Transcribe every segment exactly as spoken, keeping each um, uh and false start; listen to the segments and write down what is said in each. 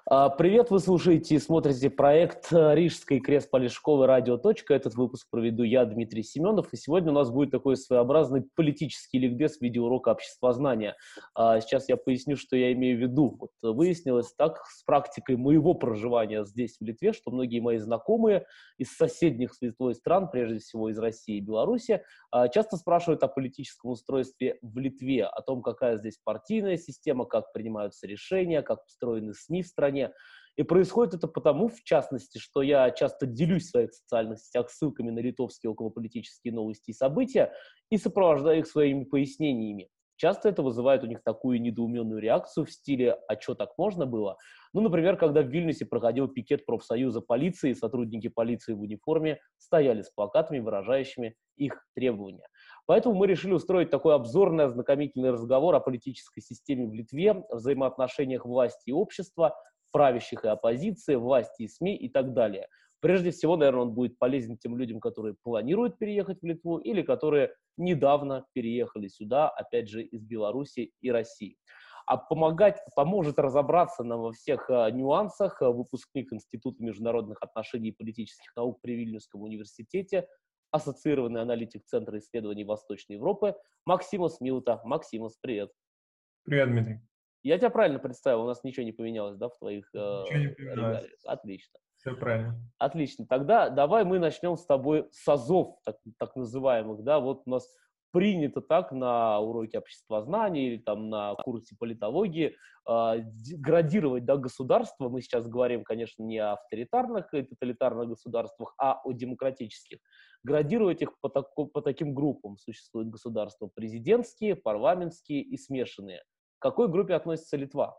А, Привет, вы слушаете и смотрите проект э, Рижской крест-полишковой радио «Точка». Этот выпуск проведу я, Дмитрий Семенов, и сегодня у нас будет такой своеобразный политический ликбез в виде урока обществознания. А, Сейчас я поясню, что я имею в виду. Вот выяснилось так с практикой моего проживания здесь, в Литве, что многие мои знакомые из соседних с Литвой стран, прежде всего из России и Беларуси, а, часто спрашивают о политическом устройстве в Литве, о том, какая здесь партийная система, как принимаются решения, как устроены СМИ в стране. И происходит это потому, в частности, что я часто делюсь в своих социальных сетях ссылками на литовские околополитические новости и события и сопровождаю их своими пояснениями. Часто это вызывает у них такую недоуменную реакцию в стиле «а что, так можно было?». Ну, например, когда в Вильнюсе проходил пикет профсоюза полиции, сотрудники полиции в униформе стояли с плакатами, выражающими их требования. Поэтому мы решили устроить такой обзорный, ознакомительный разговор о политической системе в Литве, взаимоотношениях власти и общества, правящих и оппозиции, власти и СМИ и так далее. Прежде всего, наверное, он будет полезен тем людям, которые планируют переехать в Литву или которые недавно переехали сюда, опять же, из Беларуси и России. А помогать, поможет разобраться нам во всех а, нюансах а, выпускник Института международных отношений и политических наук при Вильнюсском университете, ассоциированный аналитик Центра исследований Восточной Европы Максимос Милта. Максимос, привет. Привет, Дмитрий. Я тебя правильно представил, у нас ничего не поменялось, да, в твоих э, Ничего не поменялось. регалиях? Отлично. Все правильно. Отлично. Тогда давай мы начнем с тобой с азов, так, так называемых, да, вот у нас принято так на уроке обществознания или там на курсе политологии э, градировать, да, государства. Мы сейчас говорим, конечно, не о авторитарных и тоталитарных государствах, а о демократических. Градировать их по, таку, по таким группам. Существуют государства президентские, парламентские и смешанные. К какой группе относится Литва?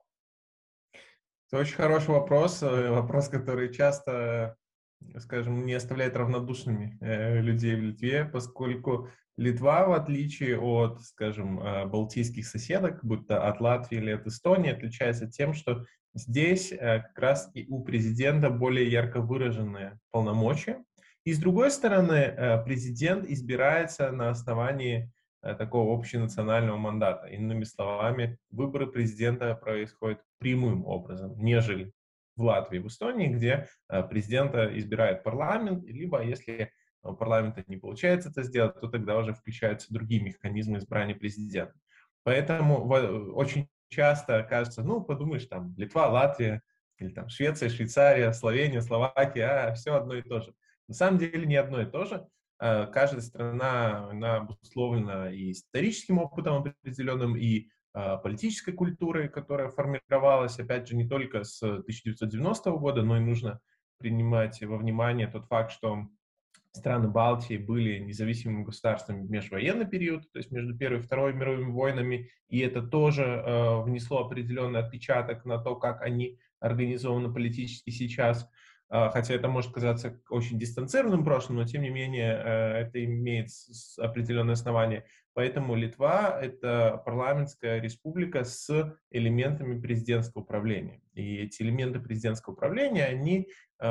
Это очень хороший вопрос, э, вопрос, который часто, скажем, не оставляет равнодушными э, людей в Литве, поскольку Литва, в отличие от, скажем, э, балтийских соседок, будто от Латвии или от Эстонии, отличается тем, что здесь э, как раз и у президента более ярко выраженные полномочия. И с другой стороны, э, президент избирается на основании э, такого общенационального мандата. Иными словами, выборы президента происходят прямым образом, нежели в Латвии, в Эстонии, где э, президента избирает парламент, либо если у парламента не получается это сделать, то тогда уже включаются другие механизмы избрания президента. Поэтому в, очень часто кажется, ну, подумаешь, там, Литва, Латвия, или там Швеция, Швейцария, Словения, Словакия, а, все одно и то же. На самом деле не одно и то же. Каждая страна, она обусловлена и историческим опытом определенным, и э, политической культурой, которая формировалась, опять же, не только с тысяча девятьсот девяностого года, но и нужно принимать во внимание тот факт, что страны Балтии были независимыми государствами в межвоенный период, то есть между Первой и Второй мировыми войнами, и это тоже э, внесло определенный отпечаток на то, как они организованы политически сейчас. Хотя это может казаться очень дистанцированным прошлым, но тем не менее это имеет определенное основание. Поэтому Литва — это парламентская республика с элементами президентского управления. И эти элементы президентского управления, они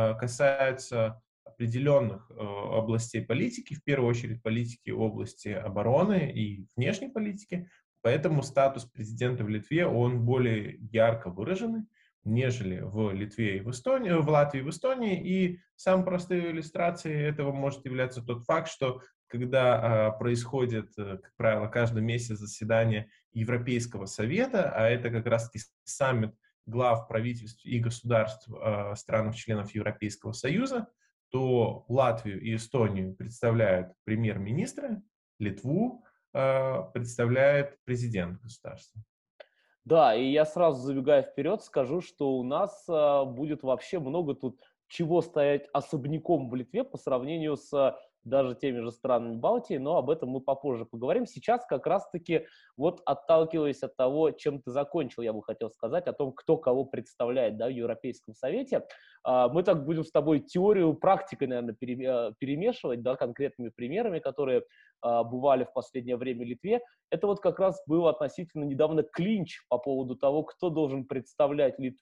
касаются определенных областей политики, в первую очередь политики в области обороны и внешней политики. Поэтому статус президента в Литве, он более ярко выраженный, нежели в Литве и в Эстонии, в Латвии и в Эстонии. И самой простой иллюстрацией этого может являться тот факт, что когда э, происходит, э, как правило, каждый месяц заседание Европейского совета, а это как раз-таки саммит глав правительств и государств э, стран-членов Европейского Союза, то Латвию и Эстонию представляют премьер-министры, Литву э, представляет президент государства. Да, и я сразу, забегая вперед, скажу, что у нас а, будет вообще много тут чего стоять особняком в Литве по сравнению с а, даже теми же странами Балтии, но об этом мы попозже поговорим. Сейчас как раз-таки, вот отталкиваясь от того, чем ты закончил, я бы хотел сказать, о том, кто кого представляет, да, в Европейском Совете. А, мы так будем с тобой теорию практикой, наверное, пере, перемешивать, да, конкретными примерами, которые а, бывали в последнее время в Литве. Это вот как раз был относительно недавно клинч по поводу того, кто должен представлять Литву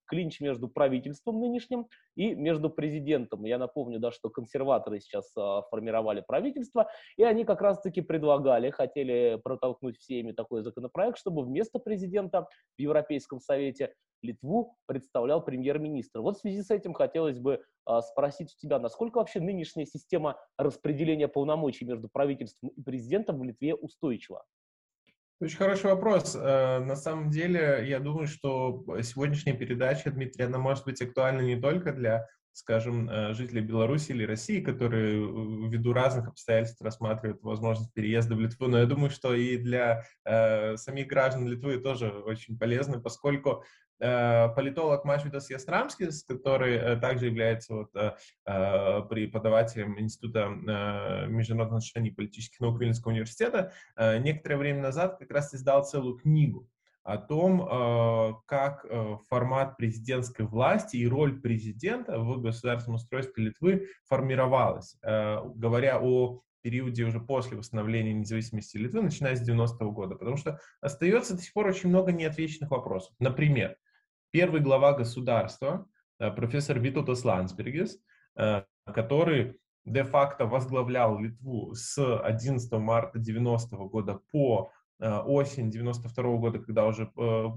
клинч между правительством нынешним и между президентом. Я напомню, да, что консерваторы сейчас а, формировали правительство, и они как раз-таки предлагали, хотели протолкнуть всеми такой законопроект, чтобы вместо президента в Европейском Совете Литву представлял премьер-министр. Вот в связи с этим хотелось бы а, спросить у тебя, насколько вообще нынешняя система распределения полномочий между правительством и президентом в Литве устойчива? Очень хороший вопрос. Э, На самом деле, я думаю, что сегодняшняя передача, Дмитрий, она может быть актуальна не только для, скажем, э, жителей Беларуси или России, которые э, ввиду разных обстоятельств рассматривают возможность переезда в Литву, но я думаю, что и для э, самих граждан Литвы тоже очень полезно, поскольку э, политолог Мачвидас Ястрамскис, который э, также является вот, э, э, преподавателем Института э, международных отношений и политических наук Вильнюсского университета, э, некоторое время назад как раз издал целую книгу о том, э, как э, формат президентской власти и роль президента в государственном устройстве Литвы формировалась, э, говоря о периоде уже после восстановления независимости Литвы, начиная с девяностого года, потому что остается до сих пор очень много неотвеченных вопросов. Например, первый глава государства, э, профессор Витаутас Ландсбергис, э, который де-факто возглавлял Литву с одиннадцатого марта девяностого года по э, осень девяносто второго года, когда уже э,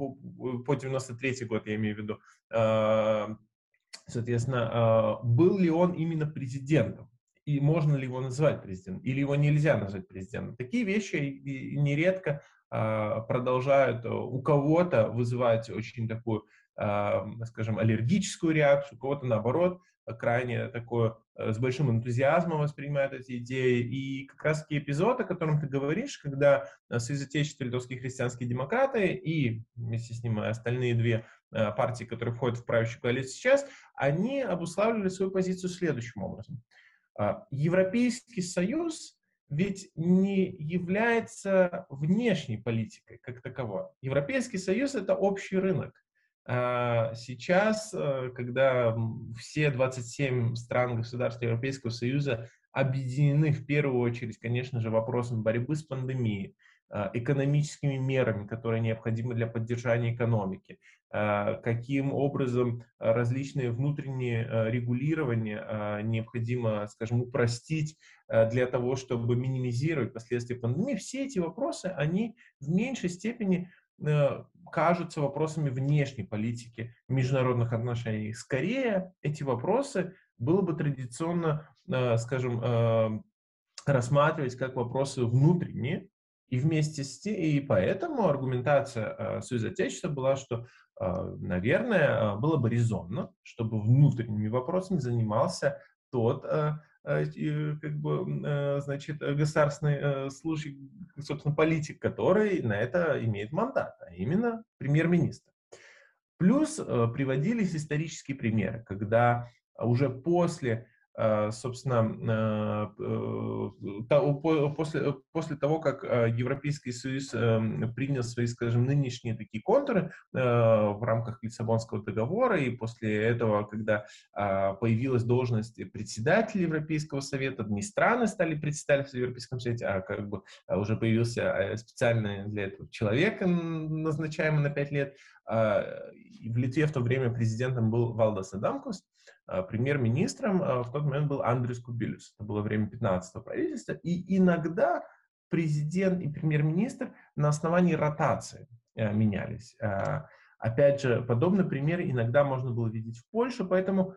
по девяносто третий год, я имею в виду, э, соответственно, э, был ли он именно президентом? И можно ли его называть президентом? Или его нельзя назвать президентом? Такие вещи нередко э, продолжают э, у кого-то вызывать очень такую, э, скажем, аллергическую реакцию, у кого-то, наоборот, крайне такое, э, с большим энтузиазмом воспринимают эти идеи. И как раз таки эпизод, о котором ты говоришь, когда э, Союз Отечества, Литовские христианские демократы и вместе с ним остальные две э, партии, которые входят в правящую коалицию сейчас, они обуславливали свою позицию следующим образом. Европейский Союз ведь не является внешней политикой как таковой. Европейский Союз — это общий рынок. Сейчас, когда все двадцать семь стран государств Европейского Союза объединены в первую очередь, конечно же, вопросом борьбы с пандемией, экономическими мерами, которые необходимы для поддержания экономики, каким образом различные внутренние регулирования необходимо, скажем, упростить для того, чтобы минимизировать последствия пандемии. Все эти вопросы, они в меньшей степени кажутся вопросами внешней политики, международных отношений. Скорее, эти вопросы было бы традиционно, скажем, рассматривать как вопросы внутренние, и вместе с тем, и поэтому аргументация Союза Отечества была, что, наверное, было бы резонно, чтобы внутренними вопросами занимался тот, как бы, значит, государственный служащий, собственно, политик, который на это имеет мандат, а именно премьер-министр. Плюс приводились исторические примеры, когда уже после, собственно, после, после того, как Европейский Союз принял свои, скажем, нынешние такие контуры в рамках Лиссабонского договора, и после этого, когда появилась должность председателя Европейского Совета, не страны стали председателями в Европейском Совете, а как бы уже появился специальный для этого человек, назначаемый на пять лет. В Литве в то время президентом был Валдас Адамкус, премьер-министром в тот момент был Андрис Кубилюс. Это было время пятнадцатого правительства. И иногда президент и премьер-министр на основании ротации менялись. Опять же, подобный пример иногда можно было видеть в Польше, поэтому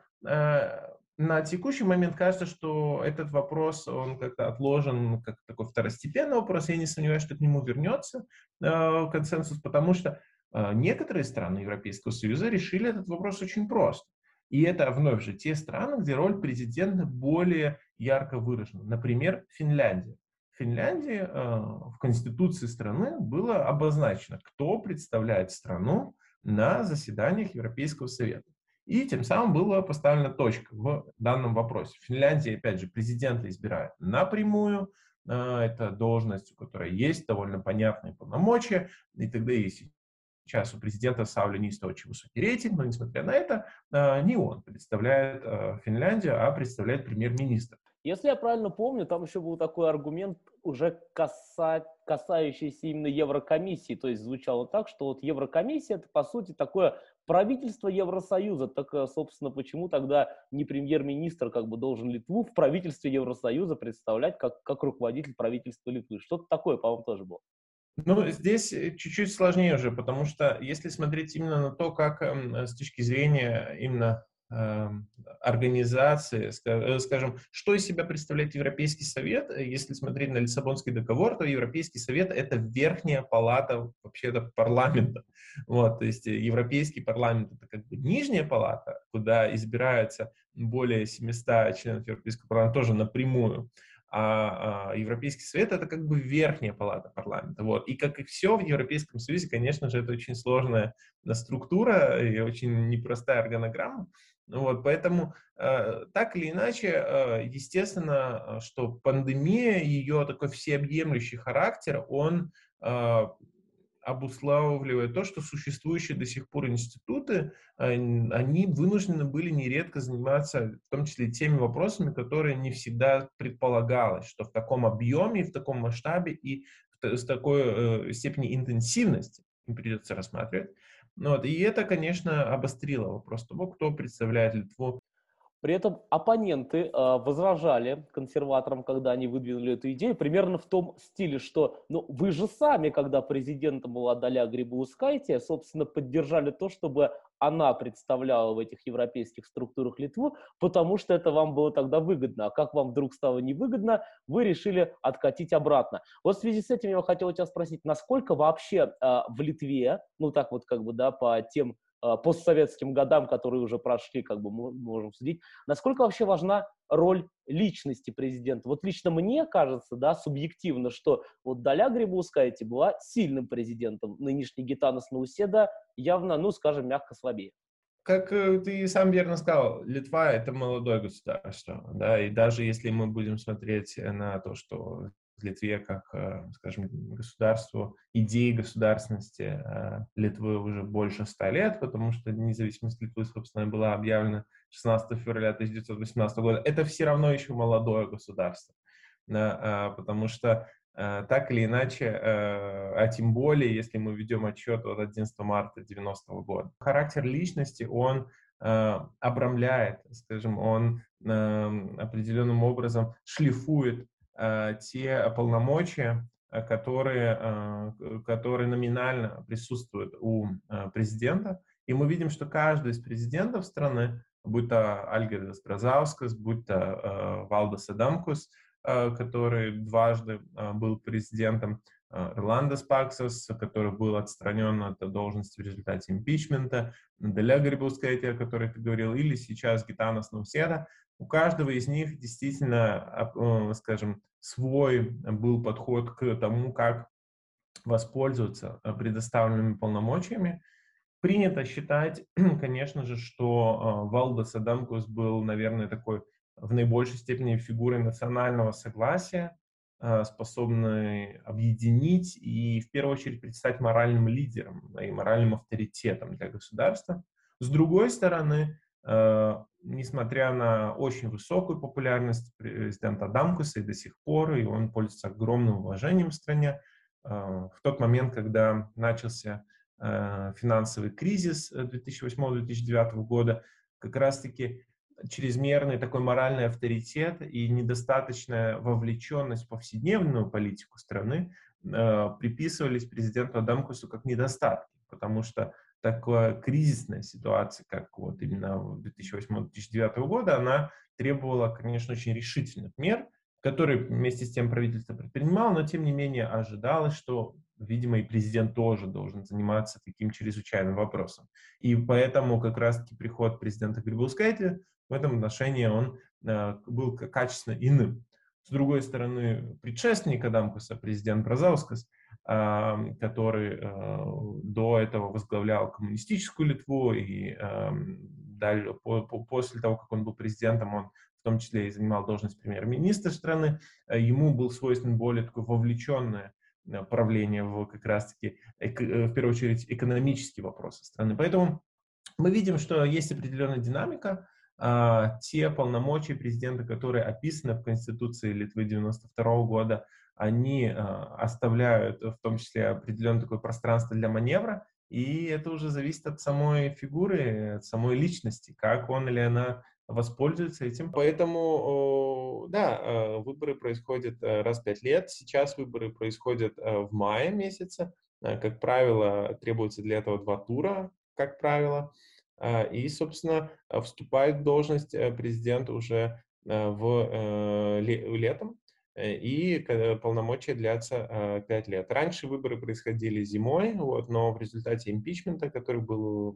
на текущий момент кажется, что этот вопрос, он как-то отложен, как такой второстепенный вопрос. Я не сомневаюсь, что к нему вернется консенсус, потому что некоторые страны Европейского Союза решили этот вопрос очень просто. И это, вновь же, те страны, где роль президента более ярко выражена. Например, Финляндия. В Финляндии в конституции страны было обозначено, кто представляет страну на заседаниях Европейского Совета. И тем самым была поставлена точка в данном вопросе. В Финляндии, опять же, президента избирают напрямую. Это должность, у которой есть довольно понятные полномочия. И тогда есть сейчас у президента Саули Ниинистö очень высокий рейтинг, но несмотря на это, не он представляет Финляндию, а представляет премьер-министр. Если я правильно помню, там еще был такой аргумент уже каса... касающиеся именно Еврокомиссии. То есть звучало так, что вот Еврокомиссия — это, по сути, такое правительство Евросоюза. Так, э, собственно, почему тогда не премьер-министр как бы должен Литву в правительстве Евросоюза представлять как, как руководитель правительства Литвы? Что-то такое, по-моему, тоже было. Ну, здесь э, чуть-чуть сложнее уже, потому что если смотреть именно на то, как эм, с точки зрения именно эм, организации, ска- э, скажем, что из себя представляет Европейский Совет, э, если смотреть на Лиссабонский договор, то Европейский Совет — это верхняя палата вообще-то парламента. Вот, то есть э, Европейский парламент — это как бы нижняя палата, куда избирается более семисот членов Европейского парламента тоже напрямую. А, а Европейский Совет — это как бы верхняя палата парламента. Вот. И как и все в Европейском Союзе, конечно же, это очень сложная э, структура и очень непростая органограмма. Вот. Поэтому э, так или иначе, э, естественно, э, что пандемия, ее такой всеобъемлющий характер, он э, обуславливает то, что существующие до сих пор институты, ань- они вынуждены были нередко заниматься, в том числе, теми вопросами, которые не всегда предполагалось, что в таком объеме, в таком масштабе и в та- с такой э, степени интенсивности им придется рассматривать. Ну вот, и это, конечно, обострило вопрос того, кто представляет Литву. При этом оппоненты а, возражали консерваторам, когда они выдвинули эту идею, примерно в том стиле, что ну, вы же сами, когда президентом была Даля Грибаускайте, собственно, поддержали то, чтобы она представляла в этих европейских структурах Литву, потому что это вам было тогда выгодно. А как вам вдруг стало невыгодно, вы решили откатить обратно. Вот в связи с этим я хотел у тебя спросить, насколько вообще а, в Литве, ну так вот как бы, да, по тем а, постсоветским годам, которые уже прошли, как бы мы можем судить, насколько вообще важна роль личности президента? Вот лично мне кажется, да, субъективно, что вот Даля Грибаускайте была сильным президентом, нынешний Гитанас Науседа явно, ну, скажем, мягко слабее. Как э, ты сам верно сказал, Литва — это молодое государство, да, и даже если мы будем смотреть на то, что в Литве, как, э, скажем, государству, идеи государственности э, Литвы уже больше ста лет, потому что независимость Литвы, собственно, была объявлена шестнадцатого февраля тысяча девятьсот восемнадцатого года, это все равно еще молодое государство, да, а, потому что Э, так или иначе, э, а тем более, если мы ведем отчет от одиннадцатого марта девяностого года. Характер личности, он э, обрамляет, скажем, он э, определенным образом шлифует э, те полномочия, э, которые, э, которые номинально присутствуют у э, президента. И мы видим, что каждый из президентов страны, будь то Альгирдас Бразаускас, будь то э, Валдас Адамкус, э, который дважды э, был президентом, э, Роландос Паксас, который был отстранен от должности в результате импичмента, Даля Грибаускайте, о которой ты говорил, или сейчас Гитанас Науседа. У каждого из них действительно, э, скажем, свой был подход к тому, как воспользоваться э, предоставленными полномочиями. Принято считать, конечно же, что э, Валдас Адамкус был, наверное, такой в наибольшей степени фигурой национального согласия, э, способной объединить и в первую очередь предстать моральным лидером и моральным авторитетом для государства. С другой стороны, э, несмотря на очень высокую популярность президента Адамкуса и до сих пор, и он пользуется огромным уважением в стране, э, в тот момент, когда начался финансовый кризис две тысячи восьмого — две тысячи девятого года, как раз-таки чрезмерный такой моральный авторитет и недостаточная вовлеченность в повседневную политику страны э, приписывались президенту Адамкусу как недостатки, потому что такая кризисная ситуация, как вот именно две тысячи восьмого — две тысячи девятого года, она требовала, конечно, очень решительных мер, которые вместе с тем правительство предпринимало, но тем не менее ожидалось, что, видимо, и президент тоже должен заниматься таким чрезвычайным вопросом. И поэтому как раз-таки приход президента Грибаускайте в этом отношении он э, был качественно иным. С другой стороны, предшественник Адамкуса, президент Бразаускас, э, который э, до этого возглавлял коммунистическую Литву, и э, далее, по, по, после того, как он был президентом, он в том числе и занимал должность премьер-министра страны, ему был свойствен более такое вовлеченное правление в как раз-таки, в первую очередь, экономические вопросы страны. Поэтому мы видим, что есть определенная динамика, а, те полномочия президента, которые описаны в Конституции Литвы девяносто второго года, они а, оставляют в том числе определенное такое пространство для маневра, и это уже зависит от самой фигуры, от самой личности, как он или она воспользуется этим. Поэтому, о, да, э, выборы происходят э, раз в пять лет. Сейчас выборы происходят э, в мае месяце. Э, Как правило, требуется для этого два тура, как правило. А, И, собственно, э, вступает в должность э, президент уже э, в э, ле- летом, э, и к- полномочия длятся э, пять лет. Раньше выборы происходили зимой, вот, но в результате импичмента, который был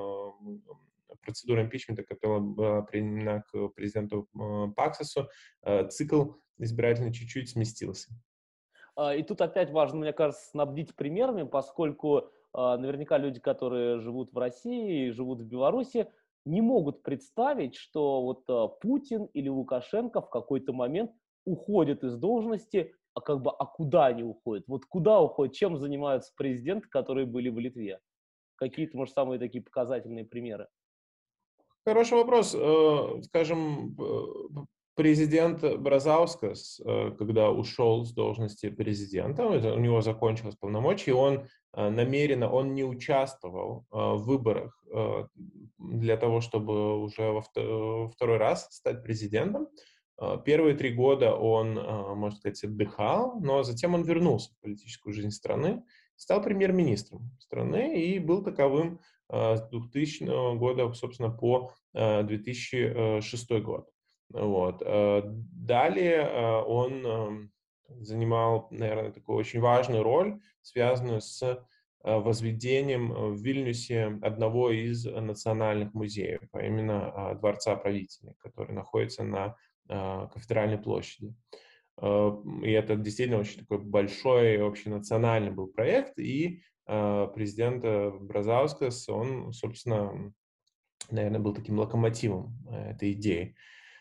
э, процедура импичмента, которая была применена к президенту э, Паксасу, э, цикл избирательный чуть-чуть сместился. А, И тут опять важно, мне кажется, снабдить примерами, поскольку а, наверняка люди, которые живут в России и живут в Беларуси, не могут представить, что вот а, Путин или Лукашенко в какой-то момент уходят из должности, а как бы, а куда они уходят? Вот куда уходят, чем занимаются президенты, которые были в Литве? Какие-то, может, самые такие показательные примеры? Хороший вопрос. Э, Скажем, э, президент Бразаускас, э, когда ушел с должности президента, это у него закончилось полномочия, он э, намеренно, он не участвовал э, в выборах э, для того, чтобы уже во вто- второй раз стать президентом. Э, Первые три года он, э, можно сказать, отдыхал, но затем он вернулся в политическую жизнь страны, стал премьер-министром страны и был таковым э, с двухтысячного года, собственно, по э, две тысячи шестой год. Вот. Э, Далее э, он эм, занимал, наверное, такую очень важную роль, связанную с э, возведением э, в Вильнюсе одного из национальных музеев, а именно э, Дворца правителей, который находится на э, Кафедральной площади. Э, И это действительно очень такой большой общенациональный был проект, и э, президент э, Бразаускас, он, собственно, наверное, был таким локомотивом э, этой идеи.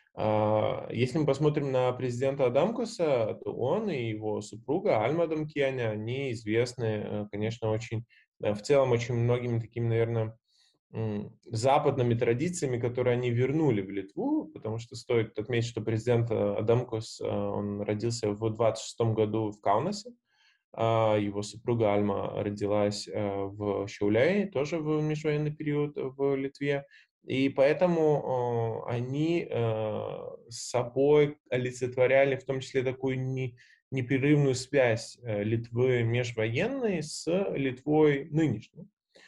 А, Если мы посмотрим на президента Адамкуса, то он и его супруга Альма Адамкиане, они известны, э, конечно, очень, э, в целом, очень многими такими, наверное, м, западными традициями, которые они вернули в Литву, потому что стоит отметить, что президент э, Адамкус, э, он родился в двадцать шестом году в Каунасе, а его супруга Альма родилась э, в Šiauliai, тоже в межвоенный период в Литве. И поэтому э, они э, с собой олицетворяли в том числе такую не, непрерывную связь э, Литвы межвоенной с Литвой нынешней.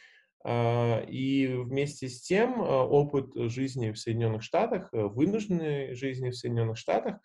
А, И вместе с тем э, опыт жизни в Соединенных Штатах, э, вынужденной жизни в Соединенных Штатах,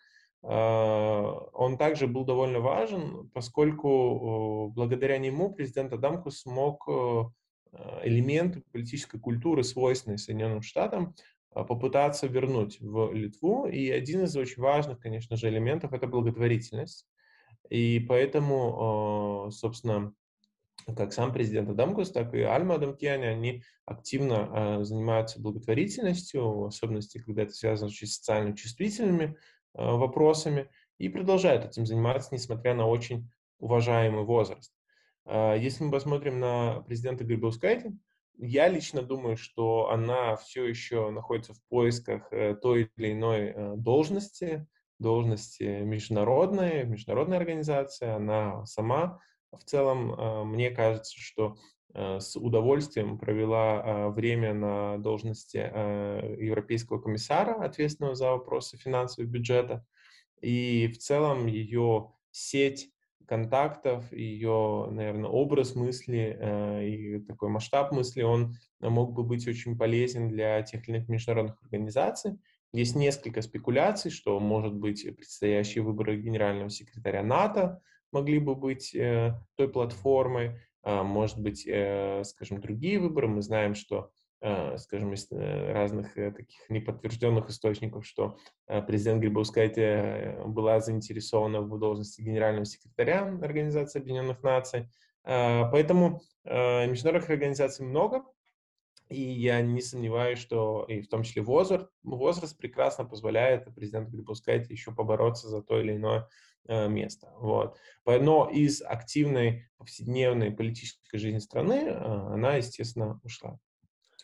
а, он также был довольно важен, поскольку э, благодаря нему президент Адамкус смог э, э, элементы политической культуры, свойственные Соединенным Штатам, а, попытаться вернуть в Литву. И один из очень важных, конечно же, элементов — это благотворительность. И поэтому, э, собственно, как сам президент Адамкус, так и Альма Адамкиане, они активно э, занимаются благотворительностью, в особенности, когда это связано с очень социально чувствительными э, вопросами, и продолжают этим заниматься, несмотря на очень уважаемый возраст. Э, если мы посмотрим на президента Грибаускайте, я лично думаю, что она все еще находится в поисках э, той или иной э, должности, должности международной, в международной организации. Она сама в целом, э, мне кажется, что э, с удовольствием провела э, время на должности э, европейского комиссара, ответственного за вопросы финансов и бюджета. И в целом ее сеть контактов, ее, наверное, образ мысли э, и такой масштаб мысли, он мог бы быть очень полезен для тех или иных международных организаций. Есть несколько спекуляций, что, может быть, предстоящие выборы генерального секретаря НАТО могли бы быть э, той платформой, а, может быть, э, скажем, другие выборы. Мы знаем, что, э, скажем, из э, разных э, таких неподтвержденных источников, что э, президент Грибаускайте э, была заинтересована в должности генерального секретаря Организации Объединенных Наций. Э, Поэтому э, международных организаций много, и я не сомневаюсь, что и в том числе возраст, возраст прекрасно позволяет президенту Грибаускайте еще побороться за то или иное э, место. Вот. По- Но из активной повседневной политической жизни страны э, она, естественно, ушла.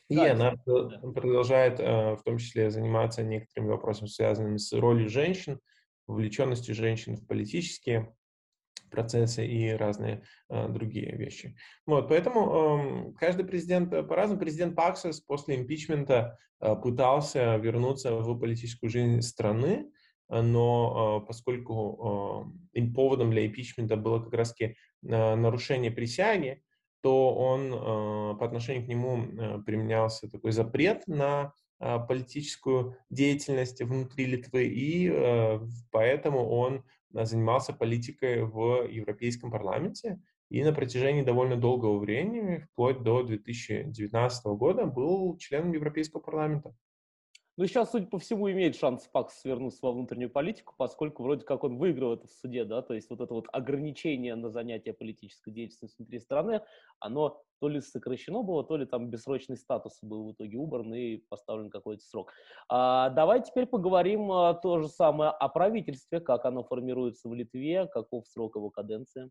И Да, она действительно. пр- продолжает э, в том числе заниматься некоторыми вопросами, связанными с ролью женщин, вовлеченностью женщин в политические процессы и разные э, другие вещи. Вот, поэтому эм, каждый президент э, по-разному. Президент Паксас после импичмента э, пытался вернуться в политическую жизнь страны, э, но э, поскольку э, им поводом для импичмента было как раз-таки э, нарушение присяги, то он э, по отношению к нему э, применялся такой запрет на э, политическую деятельность внутри Литвы, и э, поэтому он а, занимался политикой в Европейском парламенте и на протяжении довольно долгого времени, вплоть до две тысячи девятнадцатого года, был членом Европейского парламента. Ну, сейчас, судя по всему, имеет шанс Пакс свернуться во внутреннюю политику, поскольку вроде как он выиграл это в суде, да, то есть вот это вот ограничение на занятие политической деятельностью внутри страны, оно то ли сокращено было, то ли там бессрочный статус был в итоге убран и поставлен какой-то срок. А, давай теперь поговорим а, то же самое о правительстве, как оно формируется в Литве, каков срок его каденции.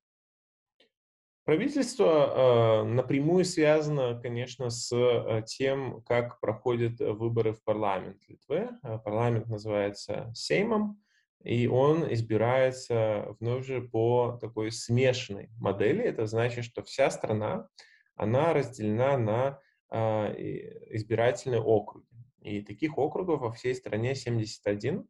Правительство э, напрямую связано, конечно, с э, тем, как проходят э, выборы в парламент Литвы. Э, Парламент называется Сеймом, и он избирается вновь же по такой смешанной модели. Это значит, что вся страна, она разделена на э, и- избирательные округи. И таких округов во всей стране семьдесят один.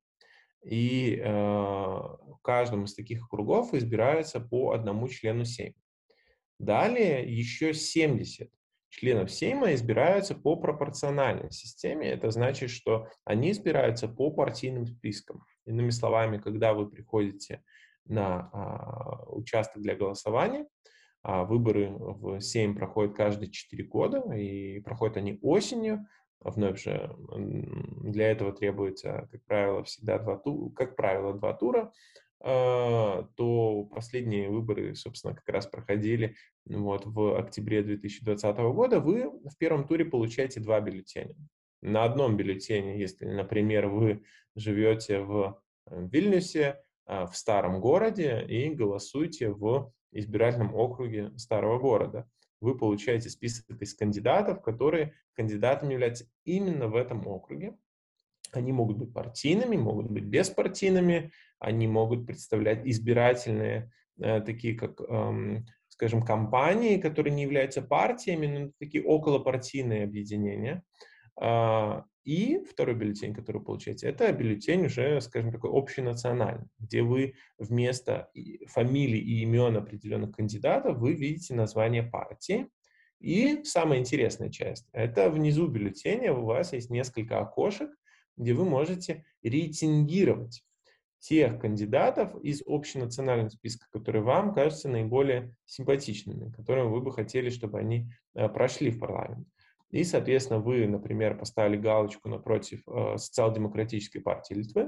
И э, в каждом из таких округов избирается по одному члену Сейма. Далее еще семьдесят членов Сейма избираются по пропорциональной системе. Это значит, что они избираются по партийным спискам. Иными словами, когда вы приходите на а, участок для голосования, а, выборы в Сейм проходят каждые четыре года, и проходят они осенью. Вновь же м, для этого требуется, как правило, всегда два тура, как правило, два тура. А, то последние выборы, собственно, как раз проходили вот, в октябре две тысячи двадцатого года. Вы в первом туре получаете два бюллетеня. На одном бюллетене, если, например, вы живете в э, Вильнюсе, а, в старом городе и голосуете в избирательном округе старого города. Вы получаете список из кандидатов, которые кандидатами являются именно в этом округе. Они могут быть партийными, могут быть беспартийными, они могут представлять избирательные, э, такие как, эм, скажем, компании, которые не являются партиями, но такие околопартийные объединения. А, И второй бюллетень, который вы получаете, это бюллетень уже, скажем, такой общенациональный, где вы вместо и- фамилий и имен определенных кандидатов вы видите название партии. И самая интересная часть– это внизу бюллетеня у вас есть несколько окошек, где вы можете рейтингировать тех кандидатов из общенационального списка, которые вам кажутся наиболее симпатичными, которым вы бы хотели, чтобы они э, прошли в парламент. И, соответственно, вы, например, поставили галочку напротив э, Социал-демократической партии Литвы,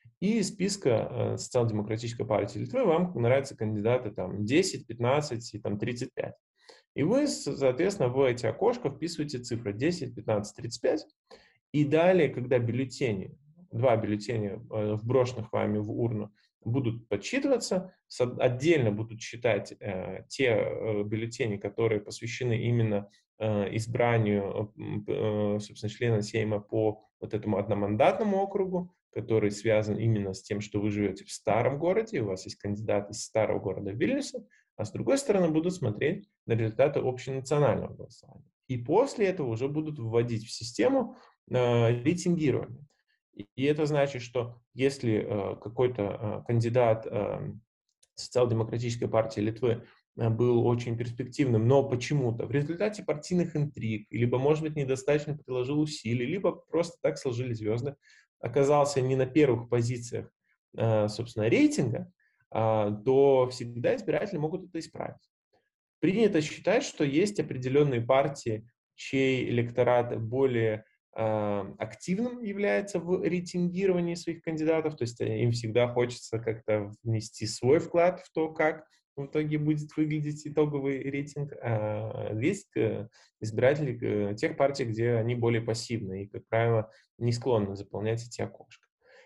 и из списка э, Социал-демократической партии Литвы вам нравятся кандидаты там десять, пятнадцать и там тридцать пять. И вы, соответственно, в эти окошко вписываете цифры десять, пятнадцать, тридцать пять. И далее, когда бюллетени, два бюллетеня, э, вброшенных вами в урну, будут подсчитываться, отдельно будут считать э, те э, бюллетени, которые посвящены именно э, избранию, э, собственно, члена Сейма по вот этому одномандатному округу, который связан именно с тем, что вы живете в старом городе, у вас есть кандидат из старого города Вильнюса, а с другой стороны будут смотреть на результаты общенационального голосования. И после этого уже будут вводить в систему э, рейтингирование. И это значит, что если э, какой-то э, кандидат э, Социал-демократической партии Литвы э, был очень перспективным, но почему-то в результате партийных интриг, либо, может быть, недостаточно приложил усилий, либо просто так сложились звезды, оказался не на первых позициях, э, собственно, рейтинга, а, то всегда избиратели могут это исправить. Принято считать, что есть определенные партии, чей электорат более а, активным является в рейтингировании своих кандидатов, то есть э, им всегда хочется как-то внести свой вклад в то, как в итоге будет выглядеть итоговый рейтинг. А есть э, избиратели э, тех партий, где они более пассивны и, как правило, не склонны заполнять эти окошки.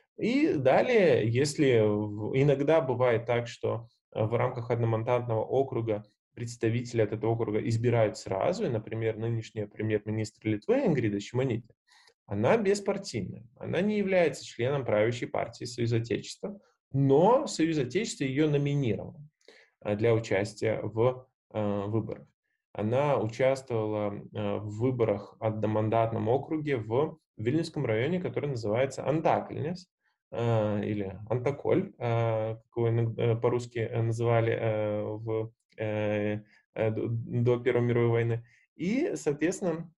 И далее, если в- иногда бывает так, что э, в рамках одномандатного округа представители от этого округа избирают сразу, и, например, нынешняя премьер-министр Литвы Ингрида Шимоняте, она беспартийная, она не является членом правящей партии Союз Отечества, но Союз Отечества ее номинировал э, для участия в э, выборах. Она участвовала э, в выборах от одномандатном округе в Вильнюсском районе, который называется Антакальнис, э, или Антаколь, э, как его иногда по-русски э, называли э, в, э, э, до, до Первой мировой войны. И, соответственно,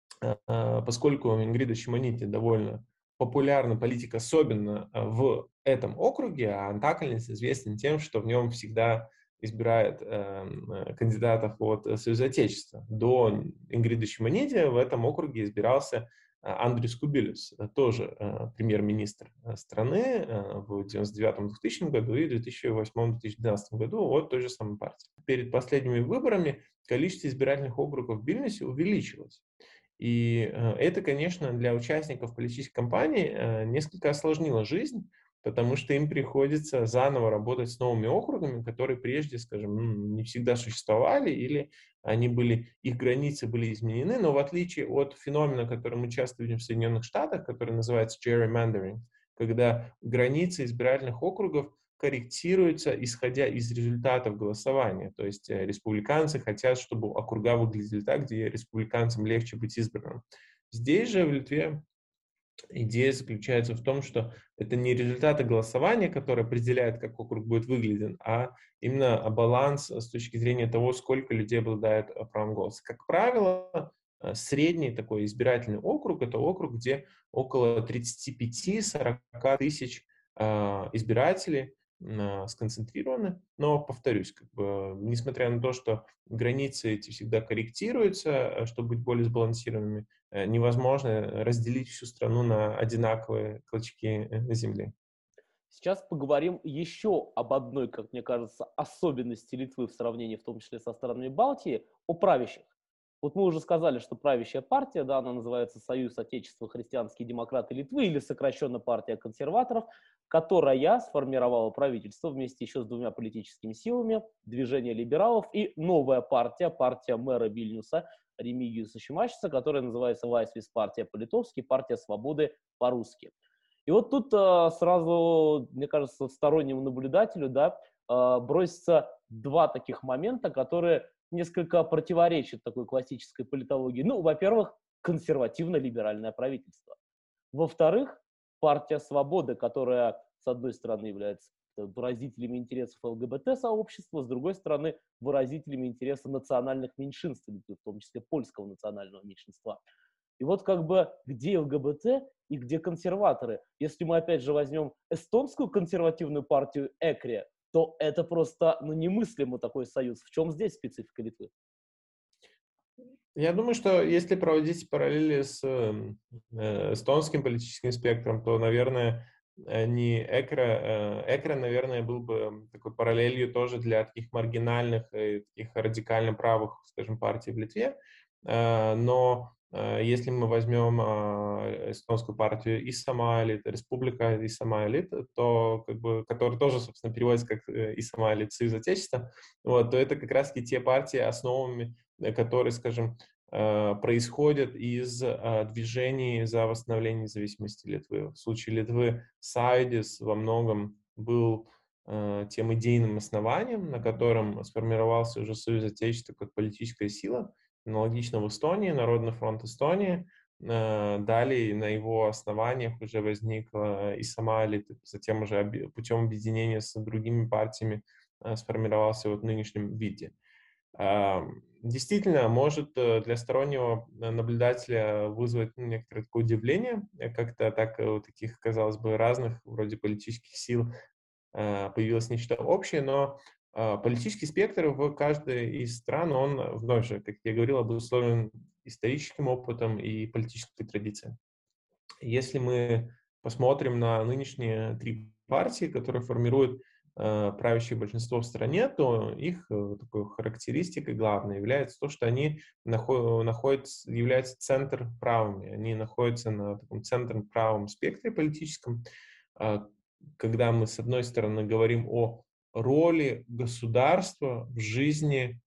э, поскольку Ингрида Шимоняте довольно популярна политик, особенно э, в этом округе, а Антакальнис известен тем, что в нем всегда избирает э, э, кандидатов от э, Союза Отечества. До Ингриды Шимоняте в этом округе избирался э, Андрис Кубилюс, э, тоже э, премьер-министр э, страны э, в девяносто девятом — двухтысячном году и в две тысячи восьмом — две тысячи двенадцатом году от той же самой партии. Перед последними выборами количество избирательных округов в Вильнюсе увеличилось. И э, это, конечно, для участников политической кампании э, несколько осложнило жизнь, потому что им приходится заново работать с новыми округами, которые прежде, скажем, м, не всегда существовали, или они были, их границы были изменены, но в отличие от феномена, который мы часто видим в Соединенных Штатах, который называется gerrymandering, когда границы избирательных округов корректируются, исходя из результатов голосования. То есть э, республиканцы хотят, чтобы округа выглядели так, где республиканцам легче быть избранным. Здесь же, в Литве, идея заключается в том, что это не результаты голосования, которые определяют, как округ будет выгляден, а именно баланс с точки зрения того, сколько людей обладает э, правом голоса. Как правило, э, средний такой избирательный округ — это округ, где около тридцати пяти — сорока тысяч э, избирателей э, сконцентрированы. Но, повторюсь, как бы, несмотря на то, что границы эти всегда корректируются, э, чтобы быть более сбалансированными, э, невозможно разделить всю страну на одинаковые клочки э, земли. Сейчас поговорим еще об одной, как мне кажется, особенности Литвы в сравнении, в том числе со странами Балтии, о правящих. Вот мы уже сказали, что правящая партия, да, она называется Союз Отечества Христианские демократы Литвы, или сокращенно партия консерваторов, которая сформировала правительство вместе еще с двумя политическими силами, движение либералов и новая партия, партия мэра Вильнюса Ремигиуса Шимашиса, которая называется Лайсвис партия по-литовски, партия свободы по-русски. И вот тут а, сразу, мне кажется, стороннему наблюдателю, да, а, бросится два таких момента, которые несколько противоречат такой классической политологии. Ну, во-первых, консервативно-либеральное правительство. Во-вторых, партия «Свобода», которая, с одной стороны, является выразителями интересов ЛГБТ-сообщества, с другой стороны, выразителями интересов национальных меньшинств, в том числе польского национального меньшинства. И вот как бы где ЛГБТ и где консерваторы. Если мы опять же возьмем эстонскую консервативную партию ЭКРИ, то это просто ну, немыслимо такой союз. В чем здесь специфика Литвы? Я думаю, что если проводить параллели с эм, э, эстонским политическим спектром, то, наверное, э, не Экро, э, Экро, наверное, был бы такой параллелью тоже для таких маргинальных и таких радикально правых, скажем, партий в Литве. Э, Но э, если мы возьмем э, эстонскую партию Исамаалит, Республика Исамаалит, то как бы, который тоже, собственно, переводится как э, Исамаалит, Союз Отечества, вот, то это как раз-таки те партии, основами э, которые, скажем, э, происходят из э, движений за восстановление независимости Литвы. В случае Литвы Сайдис во многом был э, тем идейным основанием, на котором сформировался уже Союз Отечества как политическая сила. Аналогично в Эстонии, Народный фронт Эстонии. Э, Далее на его основаниях уже возник э, и сама Литва, затем уже оби- путем объединения с другими партиями э, сформировался вот в нынешнем виде. А, Действительно, может э, для стороннего э, наблюдателя вызвать ну, некоторое такое удивление, э, как-то так э, у таких, казалось бы, разных вроде политических сил э, появилось нечто общее, но э, политический спектр в каждой из стран, он вновь же, как я говорил, обусловлен историческим опытом и политической традицией. Если мы посмотрим на нынешние три партии, которые формируют э, правящее большинство в стране, то их э, такой характеристикой главной является то, что они нахо- находятся, являются центр правыми. Они находятся на таком центр правом спектре политическом. А, Когда мы, с одной стороны, говорим о роли государства в жизни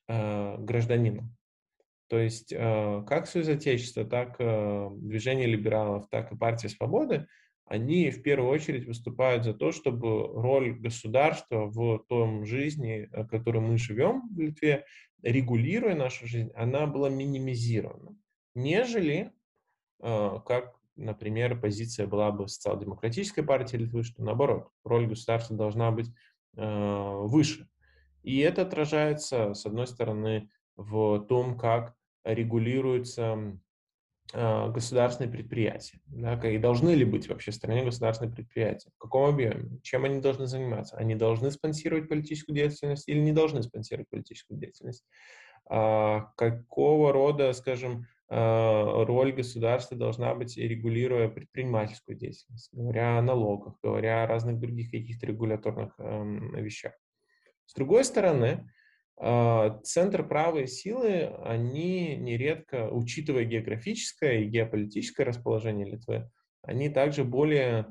э, гражданином. То есть э, как Союз Отечества, так э, Движение либералов, так и Партия Свободы, они в первую очередь выступают за то, чтобы роль государства в том жизни, в которой мы живем в Литве, регулируя нашу жизнь, она была минимизирована, нежели э, как, например, позиция была бы социал-демократической партии Литвы, что наоборот, роль государства должна быть э, выше. И это отражается, с одной стороны, в том, как регулируются э, государственные предприятия, да, и должны ли быть вообще в стране государственные предприятия, в каком объеме, чем они должны заниматься, они должны спонсировать политическую деятельность или не должны спонсировать политическую деятельность, а, какого рода, скажем, а, роль государства должна быть, регулируя предпринимательскую деятельность, говоря о налогах, говоря о разных других каких-то регуляторных эм, вещах. С другой стороны, а, центр права и силы, они нередко, учитывая географическое и геополитическое расположение Литвы, они также более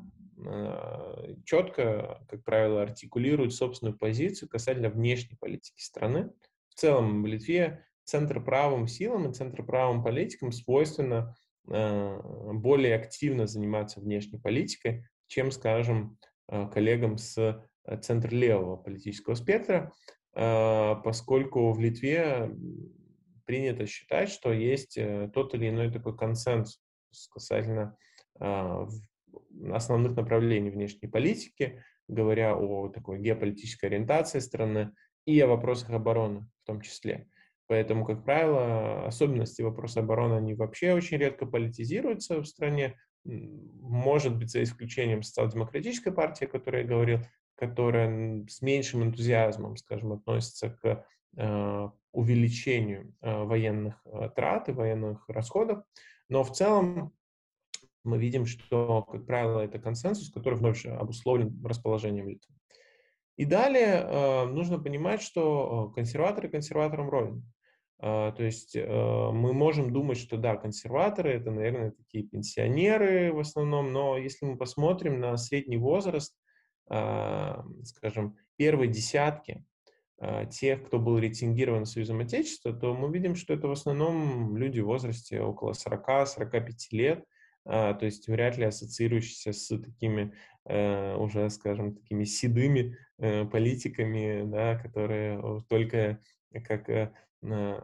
а, четко, как правило, артикулируют собственную позицию касательно внешней политики страны. В целом в Литве центр правым силам и центр правым политикам свойственно а, более активно заниматься внешней политикой, чем, скажем, а, коллегам с центра левого политического спектра, а, поскольку в Литве принято считать, что есть э, тот или иной такой консенсус касательно а, в- основных направлений внешней политики, говоря о такой геополитической ориентации страны и о вопросах обороны в том числе. Поэтому, как правило, особенности вопроса обороны, они вообще очень редко политизируются в стране. М, Может быть, за исключением социал-демократической партии, о которой я говорил, которая м, с меньшим энтузиазмом, скажем, относится к э, увеличению э, военных э, трат и военных расходов. Но в целом мы видим, что, как правило, это консенсус, который вновь же обусловлен расположением Литвы. И далее э, нужно понимать, что э, консерваторы консерваторам рознь. Э, то есть э, мы можем думать, что да, консерваторы это, наверное, такие пенсионеры в основном, но если мы посмотрим на средний возраст, э, скажем, первой десятки э, тех, кто был рейтингирован Союзом Отечества, то мы видим, что это в основном люди в возрасте около сорока-сорока пяти лет, а, то есть вряд ли ассоциирующиеся с такими э, уже, скажем, такими седыми э, политиками, да, которые э, только как э, на,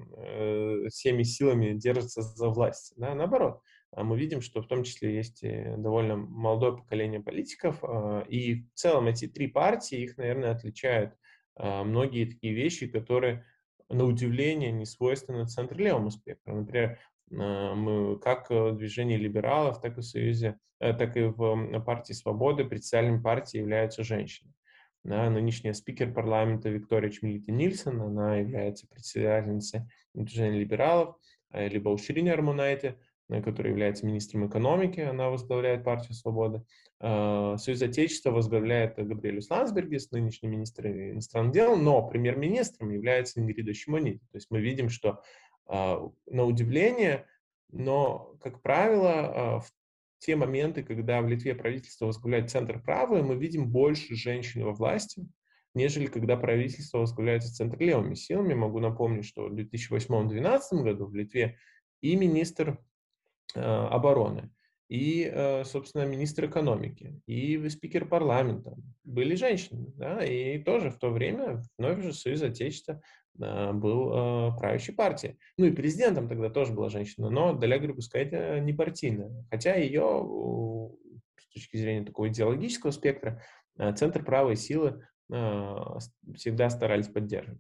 э, всеми силами держатся за власть. Да, наоборот, а мы видим, что в том числе есть и довольно молодое поколение политиков, а, и в целом эти три партии, их, наверное, отличают а, многие такие вещи, которые, на удивление, не свойственны центр-левому спектру. Например, а, мы, как в движении либералов, так и в Союзе, э, так и в м, партии Свободы председателем партии являются женщины. Да, нынешняя спикер парламента Виктория Чмилити Нильсон, она является председательницей движения либералов, э, либо Уширине Армунайте, э, которая является министром экономики, она возглавляет партию Свободы. Э, Союз Отечества возглавляет Габриэль Ландсбергис, нынешний министр иностранных дел, но премьер-министром является Ингрида Шимониди. То есть мы видим, что э, на удивление, но, как правило, э, в те моменты, когда в Литве правительство возглавляет центр права, мы видим больше женщин во власти, нежели когда правительство возглавляется центр-левыми силами. Могу напомнить, что в две тысячи восьмом-две тысячи двенадцатом году в Литве и министр э, обороны, и, э, собственно, министр экономики, и спикер парламента были женщины, да, и тоже в то время вновь же Союз Отечества э, был э, правящей партией. Ну и президентом тогда тоже была женщина, но Даля Грибускайте не партийная, хотя ее э, с точки зрения такого идеологического спектра э, центр права и силы э, всегда старались поддерживать.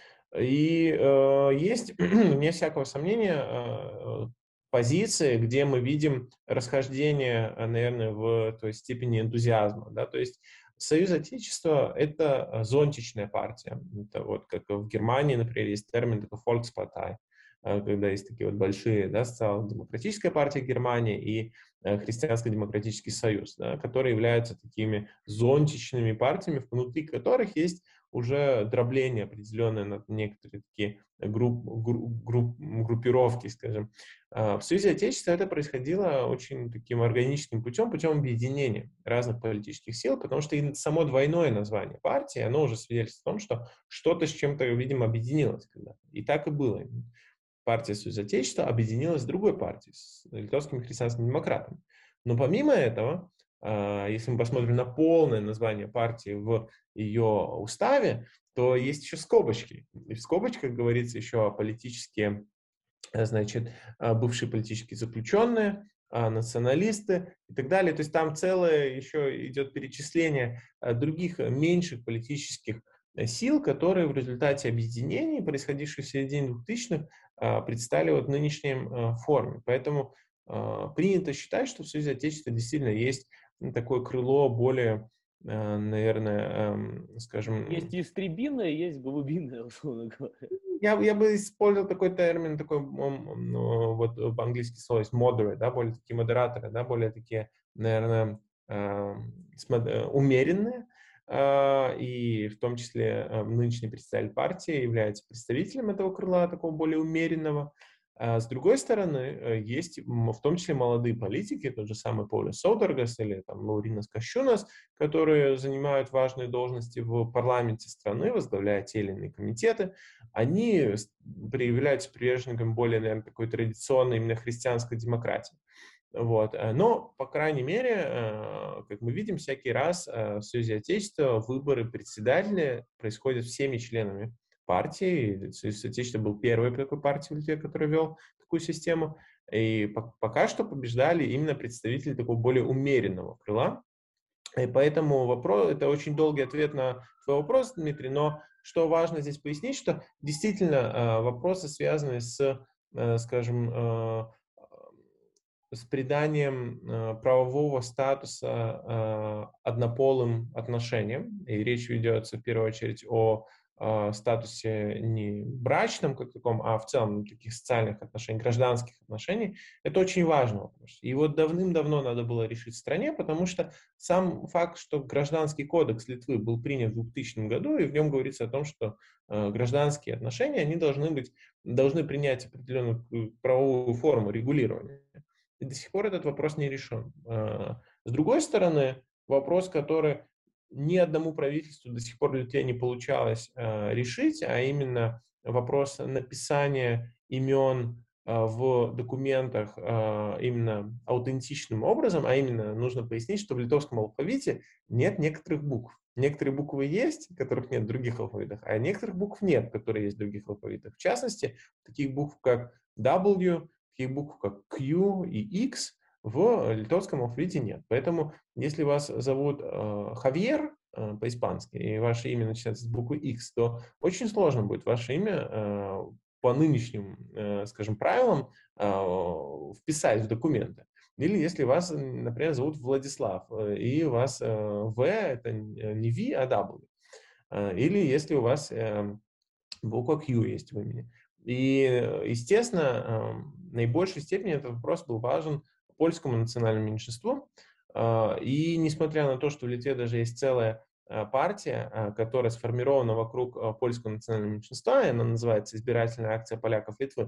И э, есть, вне всякого сомнения, э, позиции, где мы видим расхождение, э, наверное, в той степени энтузиазма. Да? То есть Союз Отечества — это зонтичная партия. Это вот как в Германии, например, есть термин такой Volkspartei, э, когда есть такие вот большие, да, социал-демократическая партия Германии и э, Христианско-демократический союз, да, которые являются такими зонтичными партиями, внутри которых есть уже дробление определенное на некоторые такие групп, групп, групп, группировки, скажем. В Союзе Отечества это происходило очень таким органическим путем, путем объединения разных политических сил, потому что и само двойное название партии, оно уже свидетельствует о том, что что-то с чем-то, видимо, объединилось когда-то. И так и было. Партия Союза Отечества объединилась с другой партией, с литовскими христианскими демократами. Но помимо этого, если мы посмотрим на полное название партии в ее уставе, то есть еще скобочки. И в скобочках говорится еще о политические, значит, бывшие политические заключенные, националисты и так далее. То есть там целое еще идет перечисление других меньших политических сил, которые в результате объединений, происходивших в середине двухтысячных, предстали вот в нынешней форме. Поэтому принято считать, что в Союзе Отечества действительно есть такое крыло более, наверное, скажем... Есть истребиное, есть голубиное, условно говоря. Я, я бы использовал такой термин, такой, ну, вот по-английски слово есть moderate, да, более такие модераторы, да, более такие, наверное, умеренные. И в том числе нынешний представитель партии является представителем этого крыла, такого более умеренного. А с другой стороны, есть в том числе молодые политики, тот же самый Полис Саударгас или там, Лауринас Кащунас, которые занимают важные должности в парламенте страны, возглавляя те или иные комитеты. Они являются приверженниками более, наверное, такой традиционной именно христианской демократии. Вот. Но, по крайней мере, как мы видим, всякий раз в Союзе Отечества выборы председателя происходят всеми членами партии. Союз Отечества был первой такой партией в Литве, который вел такую систему. И пока что побеждали именно представители такого более умеренного крыла. И поэтому вопрос, это очень долгий ответ на твой вопрос, Дмитрий, но что важно здесь пояснить, что действительно вопросы, связанные с, скажем, с приданием э, правового статуса э, однополым отношениям. И речь ведется в первую очередь о э, статусе не брачном как таком, а в целом таких социальных отношений, гражданских отношений. Это очень важный вопрос. И вот давным-давно надо было решить в стране, потому что сам факт, что Гражданский кодекс Литвы был принят в двухтысячном году, и в нем говорится о том, что э, гражданские отношения, они должны быть, должны принять определенную правовую форму регулирования. И до сих пор этот вопрос не решен. С другой стороны, вопрос, который ни одному правительству до сих пор в Литве не получалось решить, а именно вопрос написания имен в документах именно аутентичным образом, а именно нужно пояснить, что в литовском алфавите нет некоторых букв. Некоторые буквы есть, которых нет в других алфавитах, а некоторых букв нет, которые есть в других алфавитах. В частности, таких букв, как W, таких букв, как Q и X, в литовском алфавите нет. Поэтому, если вас зовут э, Хавьер э, по-испански, и ваше имя начинается с буквы X, то очень сложно будет ваше имя э, по нынешним, э, скажем, правилам э, вписать в документы. Или если вас, например, зовут Владислав, и у вас э, В это не V, а W. Э, или если у вас э, буква Q есть в имени. И, естественно, в наибольшей степени этот вопрос был важен польскому национальному меньшинству. И несмотря на то, что в Литве даже есть целая партия, которая сформирована вокруг польского национального меньшинства, и она называется «Избирательная акция поляков Литвы»,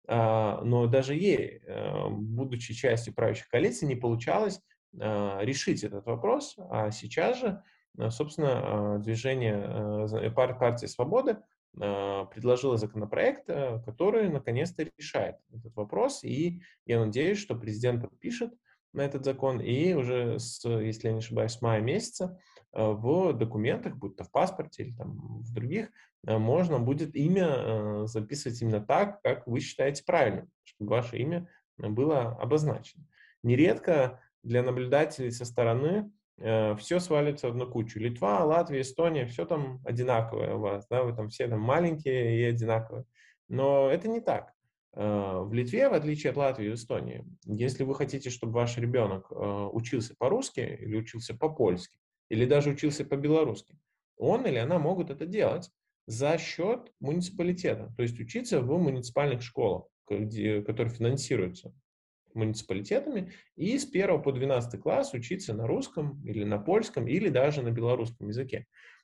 но даже ей, будучи частью правящей коалиции, не получалось решить этот вопрос. А сейчас же, собственно, движение партии «Свободы» предложила законопроект, который наконец-то решает этот вопрос. И я надеюсь, что президент подпишет на этот закон, и уже, с, если я не ошибаюсь, с мая месяца в документах, будь то в паспорте или там в других, можно будет имя записывать именно так, как вы считаете правильным, чтобы ваше имя было обозначено. Нередко для наблюдателей со стороны все свалится в одну кучу. Литва, Латвия, Эстония, все там одинаковое у вас, да, вы там все там маленькие и одинаковые. Но это не так. В Литве, в отличие от Латвии и Эстонии, если вы хотите, чтобы ваш ребенок учился по-русски или учился по-польски, или даже учился по-белорусски, он или она могут это делать за счет муниципалитета, то есть учиться в муниципальных школах, где, которые финансируются муниципалитетами, и с первого по двенадцатый класс учиться на русском или на польском, или даже на белорусском языке.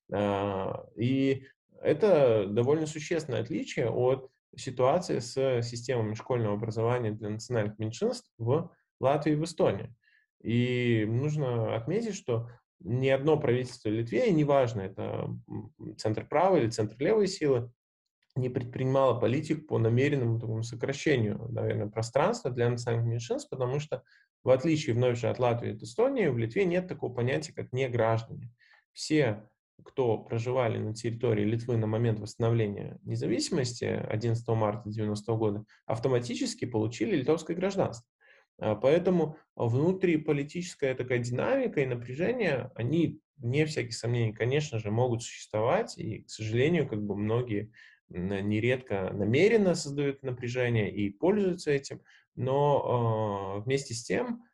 И это довольно существенное отличие от ситуации с системами школьного образования для национальных меньшинств в Латвии и в Эстонии. И нужно отметить, что ни одно правительство в Литве, и неважно, это центр правой или центр левой силы, не предпринимало политик по намеренному такому сокращению, наверное, пространства для национальных меньшинств, потому что, в отличие вновь же от Латвии и от Эстонии, в Литве нет такого понятия, как неграждане. Все, кто проживали на территории Литвы на момент восстановления независимости одиннадцатого марта девяностого года, автоматически получили литовское гражданство. Поэтому внутриполитическая такая динамика и напряжение, они, вне всяких сомнений, конечно же, могут существовать, и, к сожалению, как бы многие нередко намеренно создают напряжение и пользуются этим, но э, вместе с тем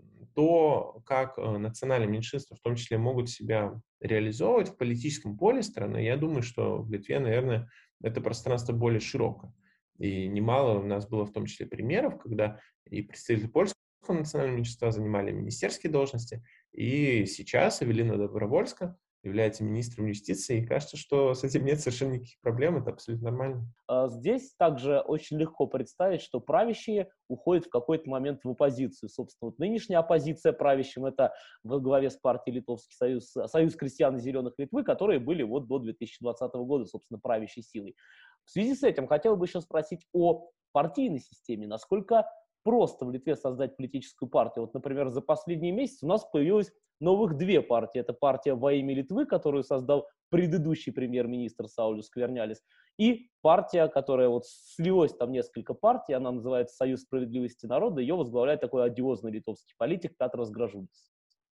то, как э, национальные меньшинства в том числе могут себя реализовывать в политическом поле страны, я думаю, что в Литве, наверное, это пространство более широкое. И немало у нас было в том числе примеров, когда и представители польского национального меньшинства занимали министерские должности, и сейчас Эвелина Добровольска является министром юстиции, и кажется, что с этим нет совершенно никаких проблем, это абсолютно нормально. А здесь также очень легко представить, что правящие уходят в какой-то момент в оппозицию. Собственно, вот нынешняя оппозиция правящим — это во главе с партией Литовский союз, Союз крестьян и зеленых Литвы, которые были вот до две тысячи двадцатого года, собственно, правящей силой. В связи с этим хотел бы еще спросить о партийной системе. Насколько просто в Литве создать политическую партию? Вот, например, за последние месяцы у нас появилось новых две партии. Это партия «Во имя Литвы», которую создал предыдущий премьер-министр Саулюс Сквернялис, и партия, которая вот слилась, там несколько партий, она называется «Союз справедливости народа», ее возглавляет такой одиозный литовский политик Петрос Гражулис.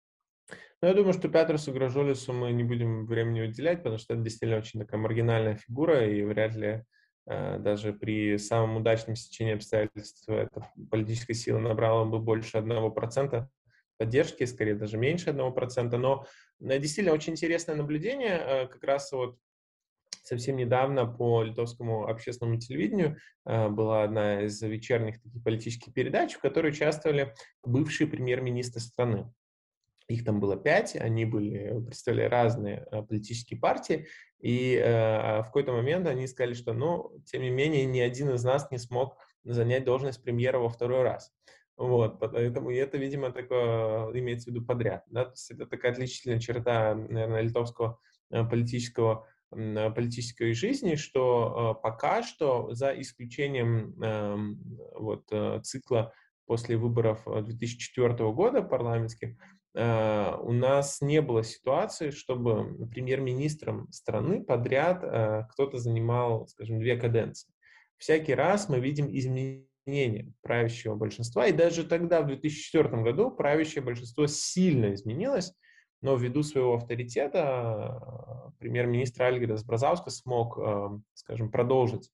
Ну, я думаю, что Петросу Гражулису мы не будем времени уделять, потому что это действительно очень такая маргинальная фигура, и вряд ли э, даже при самом удачном стечении обстоятельств эта политическая сила набрала бы больше одного процента поддержки, скорее даже меньше одного процента. Но э, действительно очень интересное наблюдение. Э, как раз вот совсем недавно по литовскому общественному телевидению э, была одна из вечерних таких политических передач, в которой участвовали бывшие премьер-министры страны. Их там было пять, они были, представляли разные э, политические партии, и э, в какой-то момент они сказали, что, ну, тем не менее, ни один из нас не смог занять должность премьера во второй раз. Вот, поэтому и это, видимо, такое имеется в виду подряд. Да? То есть это такая отличительная черта, наверное, литовского э, политического м, политической жизни, что э, пока что, за исключением э, вот, э, цикла после выборов две тысячи четвёртого года парламентских, э, у нас не было ситуации, чтобы премьер-министром страны подряд э, кто-то занимал, скажем, две каденции. Всякий раз мы видим изменения правящего большинства, и даже тогда, в две тысячи четвёртом году, правящее большинство сильно изменилось, но ввиду своего авторитета э, премьер-министр Альгирdas Бразаускас смог, э, скажем, продолжить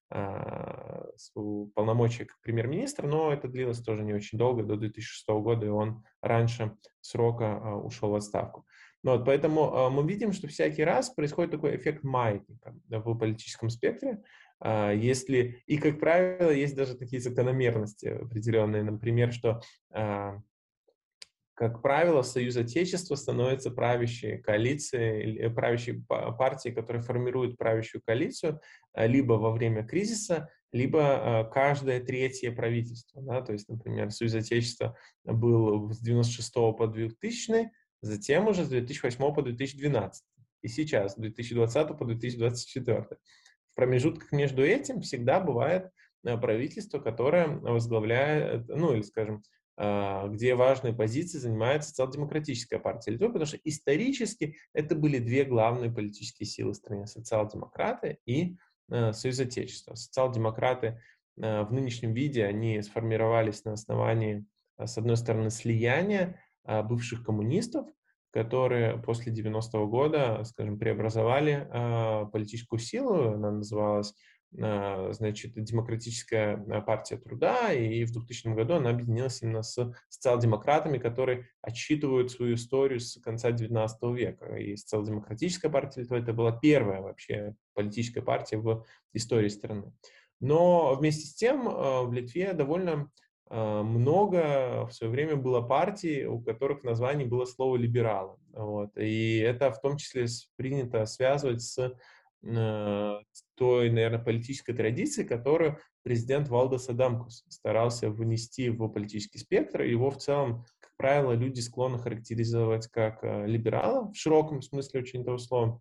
э, свои полномочия как премьер-министр, но это длилось тоже не очень долго, до две тысячи шестого года, и он раньше срока э, ушел в отставку. Ну, вот, поэтому э, мы видим, что всякий раз происходит такой эффект маятника, да, в политическом спектре. Э, если, и, как правило, есть даже такие закономерности определенные, например, что э, как правило, Союз Отечества становится правящей коалицией, правящей партией, которая формирует правящую коалицию либо во время кризиса, либо каждое третье правительство. Да? То есть, например, Союз Отечества был с девяносто шестого по двухтысячный, затем уже с две тысячи восьмого по две тысячи двенадцатый, и сейчас с две тысячи двадцатого по две тысячи двадцать четвёртый. В промежутках между этим всегда бывает правительство, которое возглавляет, ну или, скажем, где важные позиции занимает социал-демократическая партия Литвы, потому что исторически это были две главные политические силы в стране — социал-демократы и э, Союз Отечества. Социал-демократы э, в нынешнем виде, они сформировались на основании, э, с одной стороны, слияния э, бывших коммунистов, которые после девяностого года, скажем, преобразовали э, политическую силу, она называлась значит, Демократическая партия труда, и в двухтысячном году она объединилась именно с социал-демократами, которые отсчитывают свою историю с конца девятнадцатого века. И социал-демократическая партия Литвы — это была первая вообще политическая партия в истории страны. Но вместе с тем в Литве довольно а, много в свое время было партий, у которых в названии было слово «либералы». Вот. И это в том числе с- принято связывать с, э, с той, наверное, политической традицией, которую президент Валдес Адамкус старался внести в политический спектр. Его в целом, как правило, люди склонны характеризовать как э, либерала, в широком смысле очень этого слова.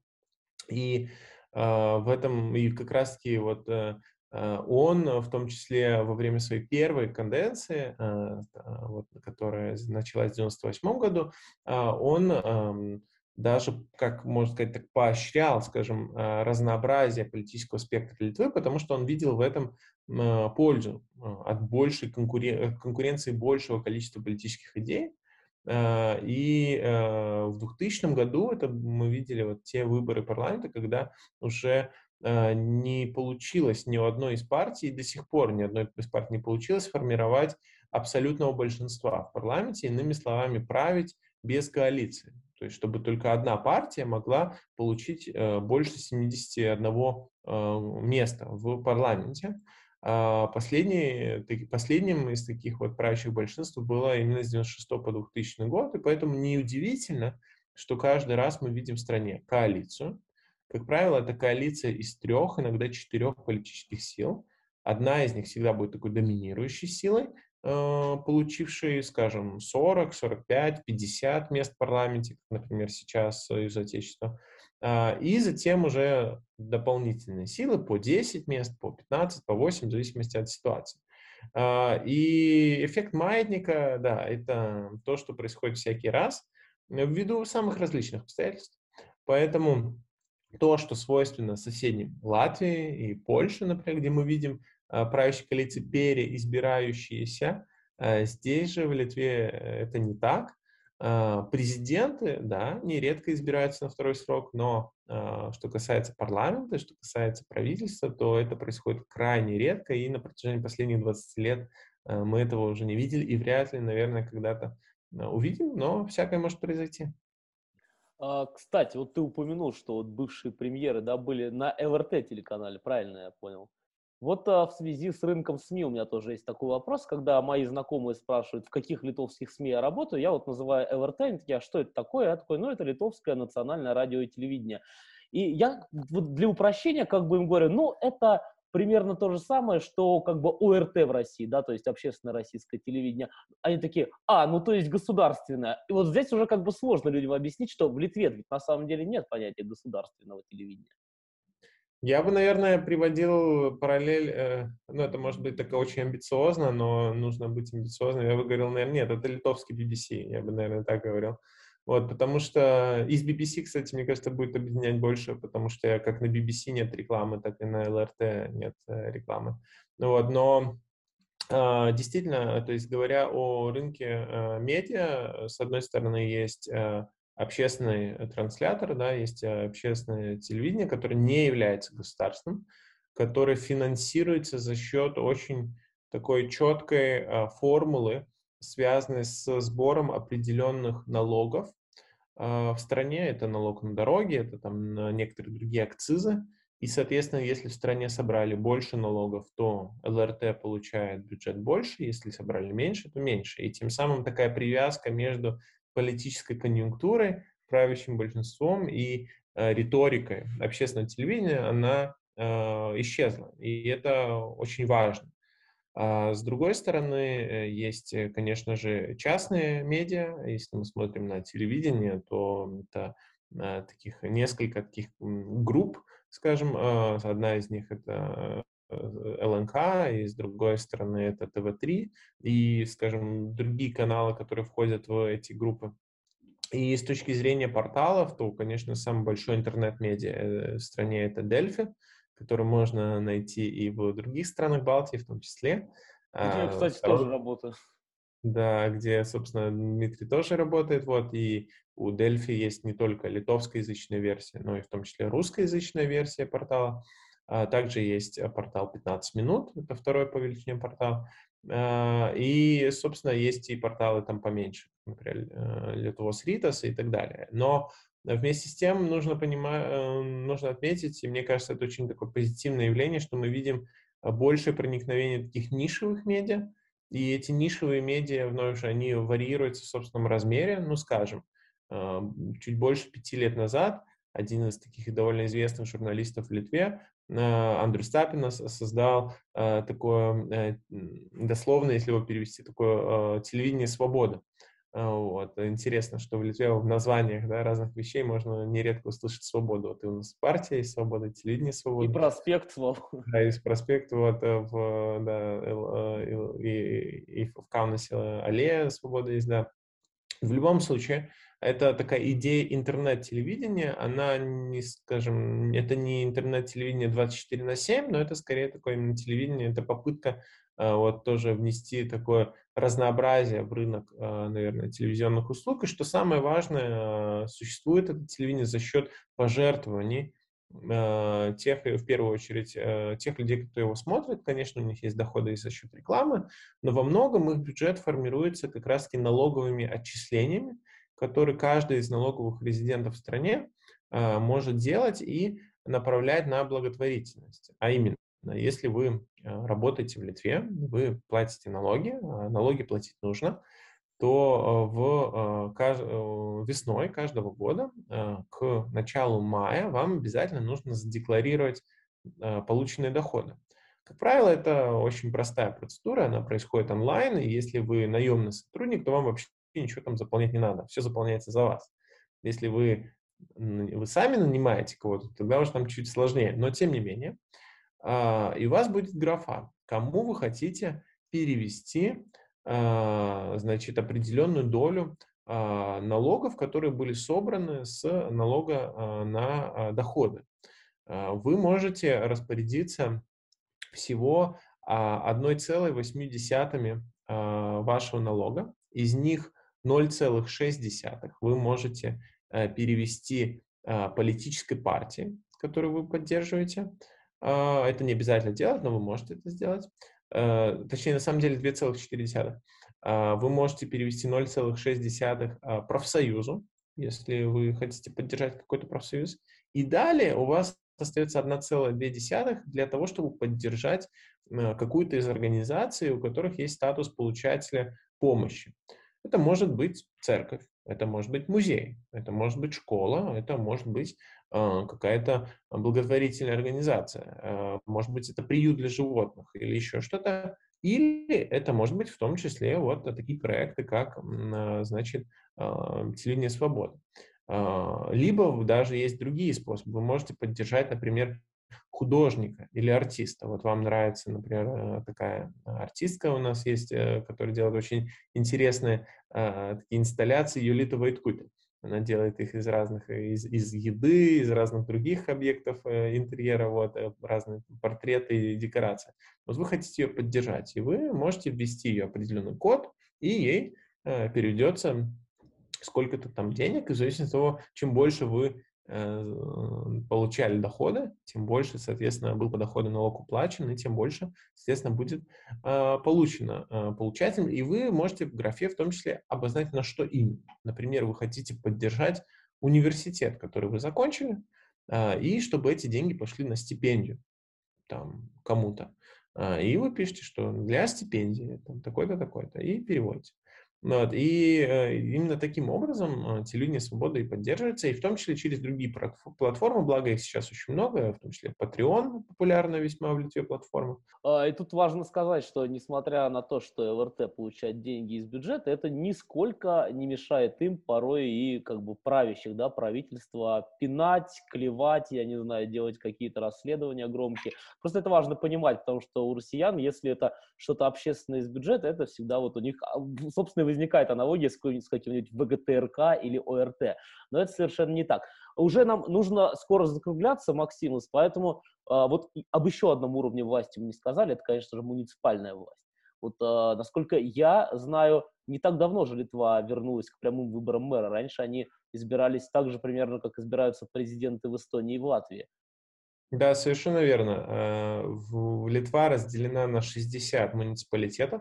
И а, в этом, и как раз-таки вот э, а, он, э, в том числе во время своей первой каденции, а, а, вот, которая началась в девяносто восьмом году, а, он ам, даже, как можно сказать, так поощрял, скажем, а, разнообразие политического спектра Литвы, потому что он видел в этом м, а, пользу а, от большей конкурен- конкуренции большего количества политических идей. А, И э, в двухтысячном году это мы видели вот те выборы парламента, когда уже э, не получилось ни у одной из партий, до сих пор ни одной из партий не получилось формировать абсолютного большинства в парламенте, иными словами, править без коалиции. То есть, чтобы только одна партия могла получить э, больше семидесяти одного э, места в парламенте. А последний, таки- последним из таких вот правящих большинств было именно с девяносто шестого по двухтысячный год, и поэтому неудивительно, что каждый раз мы видим в стране коалицию. Как правило, это коалиция из трех, иногда четырех политических сил. Одна из них всегда будет такой доминирующей силой, э, получившей, скажем, сорок, сорок пять, пятьдесят мест в парламенте, как, например, сейчас Союз Отечества. А, И затем уже дополнительные силы по десять мест, по пятнадцать, по восемь, в зависимости от ситуации. А, И эффект маятника, да, это то, что происходит всякий раз э, ввиду самых различных обстоятельств. Поэтому то, что свойственно соседним Латвии и Польше, например, где мы видим а, правящие коалиции переизбирающиеся, а, здесь же в Литве э, это не так. А, Президенты, да, нередко избираются на второй срок, но а, что касается парламента, что касается правительства, то это происходит крайне редко, и на протяжении последних двадцати лет а, мы этого уже не видели, и вряд ли, наверное, когда-то а, увидим, но всякое может произойти. А, кстати, вот ты упомянул, что вот бывшие премьеры, да, были на эл эр тэ телеканале, правильно я понял? Вот а, в связи с рынком СМИ у меня тоже есть такой вопрос, когда мои знакомые спрашивают, в каких литовских СМИ я работаю, я вот называю эл эр тэ, они такие, а что это такое? Я такой, ну это литовское национальное радио и телевидение. И я вот для упрощения как бы им говорю, ну это примерно то же самое, что как бы о эр тэ в России, да, то есть общественное российское телевидение. Они такие, а, ну то есть государственное. И вот здесь уже как бы сложно людям объяснить, что в Литве ведь на самом деле нет понятия государственного телевидения. Я бы, наверное, приводил параллель, э, ну, это может быть такое очень амбициозно, но нужно быть амбициозным. Я бы говорил, наверное, нет, это литовский би би си, я бы, наверное, так говорил. Вот, потому что из би би си, кстати, мне кажется, будет объединять больше, потому что как на би би си нет рекламы, так и на эл эр тэ нет э, рекламы. Ну вот, но а, действительно, то есть говоря о рынке э, медиа, с одной стороны есть э, общественный э, транслятор, да, есть э, общественное телевидение, которое не является государственным, которое финансируется за счет очень такой четкой э, формулы, связанной с сбором определенных налогов. А, В стране это налог на дороги, это там на некоторые другие акцизы. И, соответственно, если в стране собрали больше налогов, то эл эр тэ получает бюджет больше, если собрали меньше, то меньше. И тем самым такая привязка между политической конъюнктурой, правящим большинством и э, риторикой общественного телевидения, она э, исчезла. И это очень важно. А с другой стороны, э, есть, э, конечно же, частные медиа. Если мы смотрим на телевидение, то это а, таких несколько таких м, групп, скажем. А, Одна из них это э, эл эн ка, и с другой стороны это тэ вэ три, и, скажем, другие каналы, которые входят в эти группы. И с точки зрения порталов, то, конечно, самый большой интернет-медиа э, в стране — это Дельфи, который можно найти и в других странах Балтии в том числе. Где я, А кстати, тоже второй, работаю. да, где, собственно, Дмитрий тоже работает, вот, и у Дельфи есть не только литовскоязычная версия, но и в том числе русскоязычная версия портала. А также есть э, портал пятнадцать минут, это второй по величине портал. А, И, собственно, есть и порталы там поменьше, например, э, Lietuvos Rytas и так далее. Но вместе с тем нужно понимать, нужно отметить, и мне кажется, это очень такое позитивное явление, что мы видим э, большее проникновение таких нишевых медиа, И эти нишевые медиа, вновь же, они варьируются в собственном размере. Ну, скажем, э, чуть больше пяти лет назад один из таких довольно известных журналистов в Литве, э, Андрей Стапинас, создал э, такое, э, дословно, если его перевести, такое э, телевидение свободы. А, Вот. Интересно, что в Литве в названиях, да, разных вещей можно нередко услышать свободу. Вот и у нас партия есть свобода, телевидение И свободы. проспект свободы. Да, из проспекта вот э, в, да, эл- э, эл- и, и в Каунасе аллея свободы есть, да. В любом случае, это такая идея интернет-телевидения, она не, скажем, это не интернет-телевидение двадцать четыре на семь, но это скорее такое именно телевидение, это попытка а, вот тоже внести такое разнообразие в рынок, а, наверное, телевизионных услуг. И что самое важное, а, существует это телевидение за счет пожертвований а, тех, в первую очередь, а, тех людей, кто его смотрит. Конечно, у них есть доходы и за счет рекламы, но во многом их бюджет формируется как раз-таки налоговыми отчислениями, которые каждый из налоговых резидентов в стране а, может делать и направлять на благотворительность. А именно, если вы а, работаете в Литве, вы платите налоги, а налоги платить нужно, то а, в, а, каж- э, весной каждого года а, к началу мая вам обязательно нужно задекларировать а, полученные доходы. Как правило, это очень простая процедура, она происходит онлайн, и если вы наемный сотрудник, то вам вообще ничего там заполнять не надо, все заполняется за вас. Если вы, м, вы сами нанимаете кого-то, тогда уже там чуть сложнее, но тем не менее, а, и у вас будет графа, кому вы хотите перевести, а, значит, определенную долю а, налогов, которые были собраны с налога а, на а, доходы. А, Вы можете распорядиться всего а, одна целая восемь десятых а, вашего налога. Из них ноль целых шесть десятых вы можете э, перевести а, политической партии, которую вы поддерживаете. А, Это не обязательно делать, но вы можете это сделать. Э, Точнее, на самом деле два целых четыре десятых. А, Вы можете перевести ноль целых шесть десятых а, профсоюзу, если вы хотите поддержать какой-то профсоюз. И далее у вас остается одна целая две десятых для того, чтобы поддержать э, какую-то из организаций, у которых есть статус получателя помощи. Это может быть церковь, это может быть музей, это может быть школа, это может быть э, какая-то благотворительная организация, э, может быть, это приют для животных или еще что-то. Или это может быть в том числе вот такие проекты, как, м, э, значит, э, телевидение свободы. А, Либо даже есть другие способы. Вы можете поддержать, например, художника или артиста. Вот вам нравится, например, э, такая артистка у нас есть, э, которая делает очень интересные а, такие инсталляции, Юлита Вайткупе. Она делает их из разных, э, из, из еды, из разных других объектов э, интерьера, вот, э, разные портреты и декорации. Вот вы хотите ее поддержать, и вы можете ввести ее определенный код, и ей э, переведется сколько-то там денег, и в зависимости от того, чем больше вы э, получали доходы, тем больше, соответственно, был по доходу налог уплачен, и тем больше, соответственно, будет э, получено э, получателем. И вы можете в графе в том числе обозначить, на что именно. Например, вы хотите поддержать университет, который вы закончили, э, и чтобы эти деньги пошли на стипендию там кому-то. А, И вы пишете, что для стипендии там, такой-то, такой-то, и переводите. Ну вот, и э, именно таким образом э, телевидение свободы и поддерживается, и в том числе через другие пра- платформы, благо их сейчас очень много, в том числе Patreon, популярная весьма в Литве платформа. А, И тут важно сказать, что несмотря на то, что эл эр тэ получает деньги из бюджета, это нисколько не мешает им порой и как бы правящих, да, правительства пинать, клевать, я не знаю, делать какие-то расследования громкие. Просто это важно понимать, потому что у россиян, если это что-то общественное из бюджета, это всегда вот у них, а, в- собственно, и возникает аналогия с каким-нибудь с каким-нибудь вэ гэ тэ эр ка или о эр тэ. Но это совершенно не так. Уже нам нужно скоро закругляться, Максимус, поэтому а, вот и об еще одном уровне власти мы не сказали, это, конечно же, муниципальная власть. Вот, а, насколько я знаю, не так давно же Литва вернулась к прямым выборам мэра. Раньше они избирались так же примерно, как избираются президенты в Эстонии и в Латвии. Да, совершенно верно. Э, в- Литва разделена на шестьдесят муниципалитетов.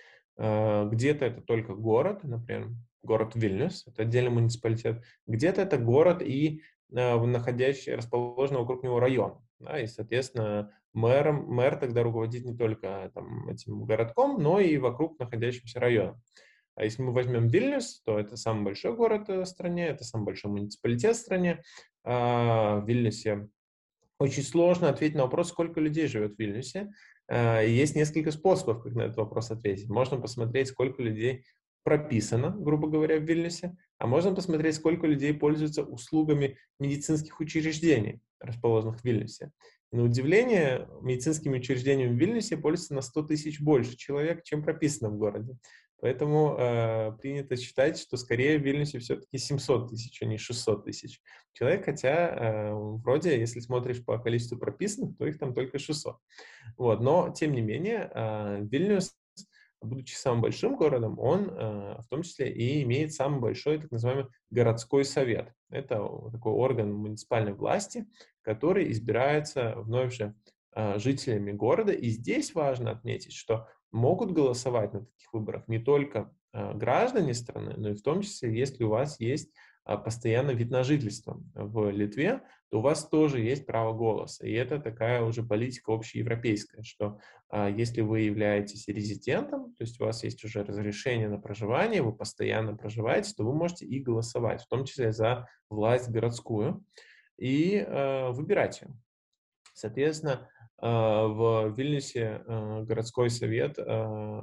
Э, Где-то это только город, например, город Вильнюс, это отдельный муниципалитет. Где-то это город и э, находящий, расположенный вокруг него район. Да, и, соответственно, мэром, мэр тогда руководит не только там, этим городком, но и вокруг находящимся районом. А если мы возьмем Вильнюс, то это самый большой город в стране, это самый большой муниципалитет в стране. А, В Вильнюсе очень сложно ответить на вопрос, сколько людей живет в Вильнюсе. А, и Есть несколько способов, как на этот вопрос ответить. Можно посмотреть, сколько людей прописано, грубо говоря, в Вильнюсе, а можно посмотреть, сколько людей пользуются услугами медицинских учреждений, расположенных в Вильнюсе. На удивление, медицинскими учреждениями в Вильнюсе пользуются на сто тысяч больше человек, чем прописано в городе. Поэтому э, принято считать, что скорее в Вильнюсе все-таки семьсот тысяч, а не шестьсот тысяч человек, хотя э, вроде, если смотришь по количеству прописанных, то их там только шестьсот. Вот. Но, тем не менее, э, Вильнюс, будучи самым большим городом, он э, в том числе и имеет самый большой так называемый городской совет. Это такой орган муниципальной власти, который избирается вновь же э, жителями города. И здесь важно отметить, что могут голосовать на таких выборах не только э, граждане страны, но и в том числе, если у вас есть а, постоянно вид на жительство в Литве, то у вас тоже есть право голоса. И это такая уже политика общеевропейская, что а, если вы являетесь резидентом, то есть у вас есть уже разрешение на проживание, вы постоянно проживаете, то вы можете и голосовать, в том числе за власть городскую, и э, выбирать ее. Соответственно, э, в Вильнюсе э, городской совет, э,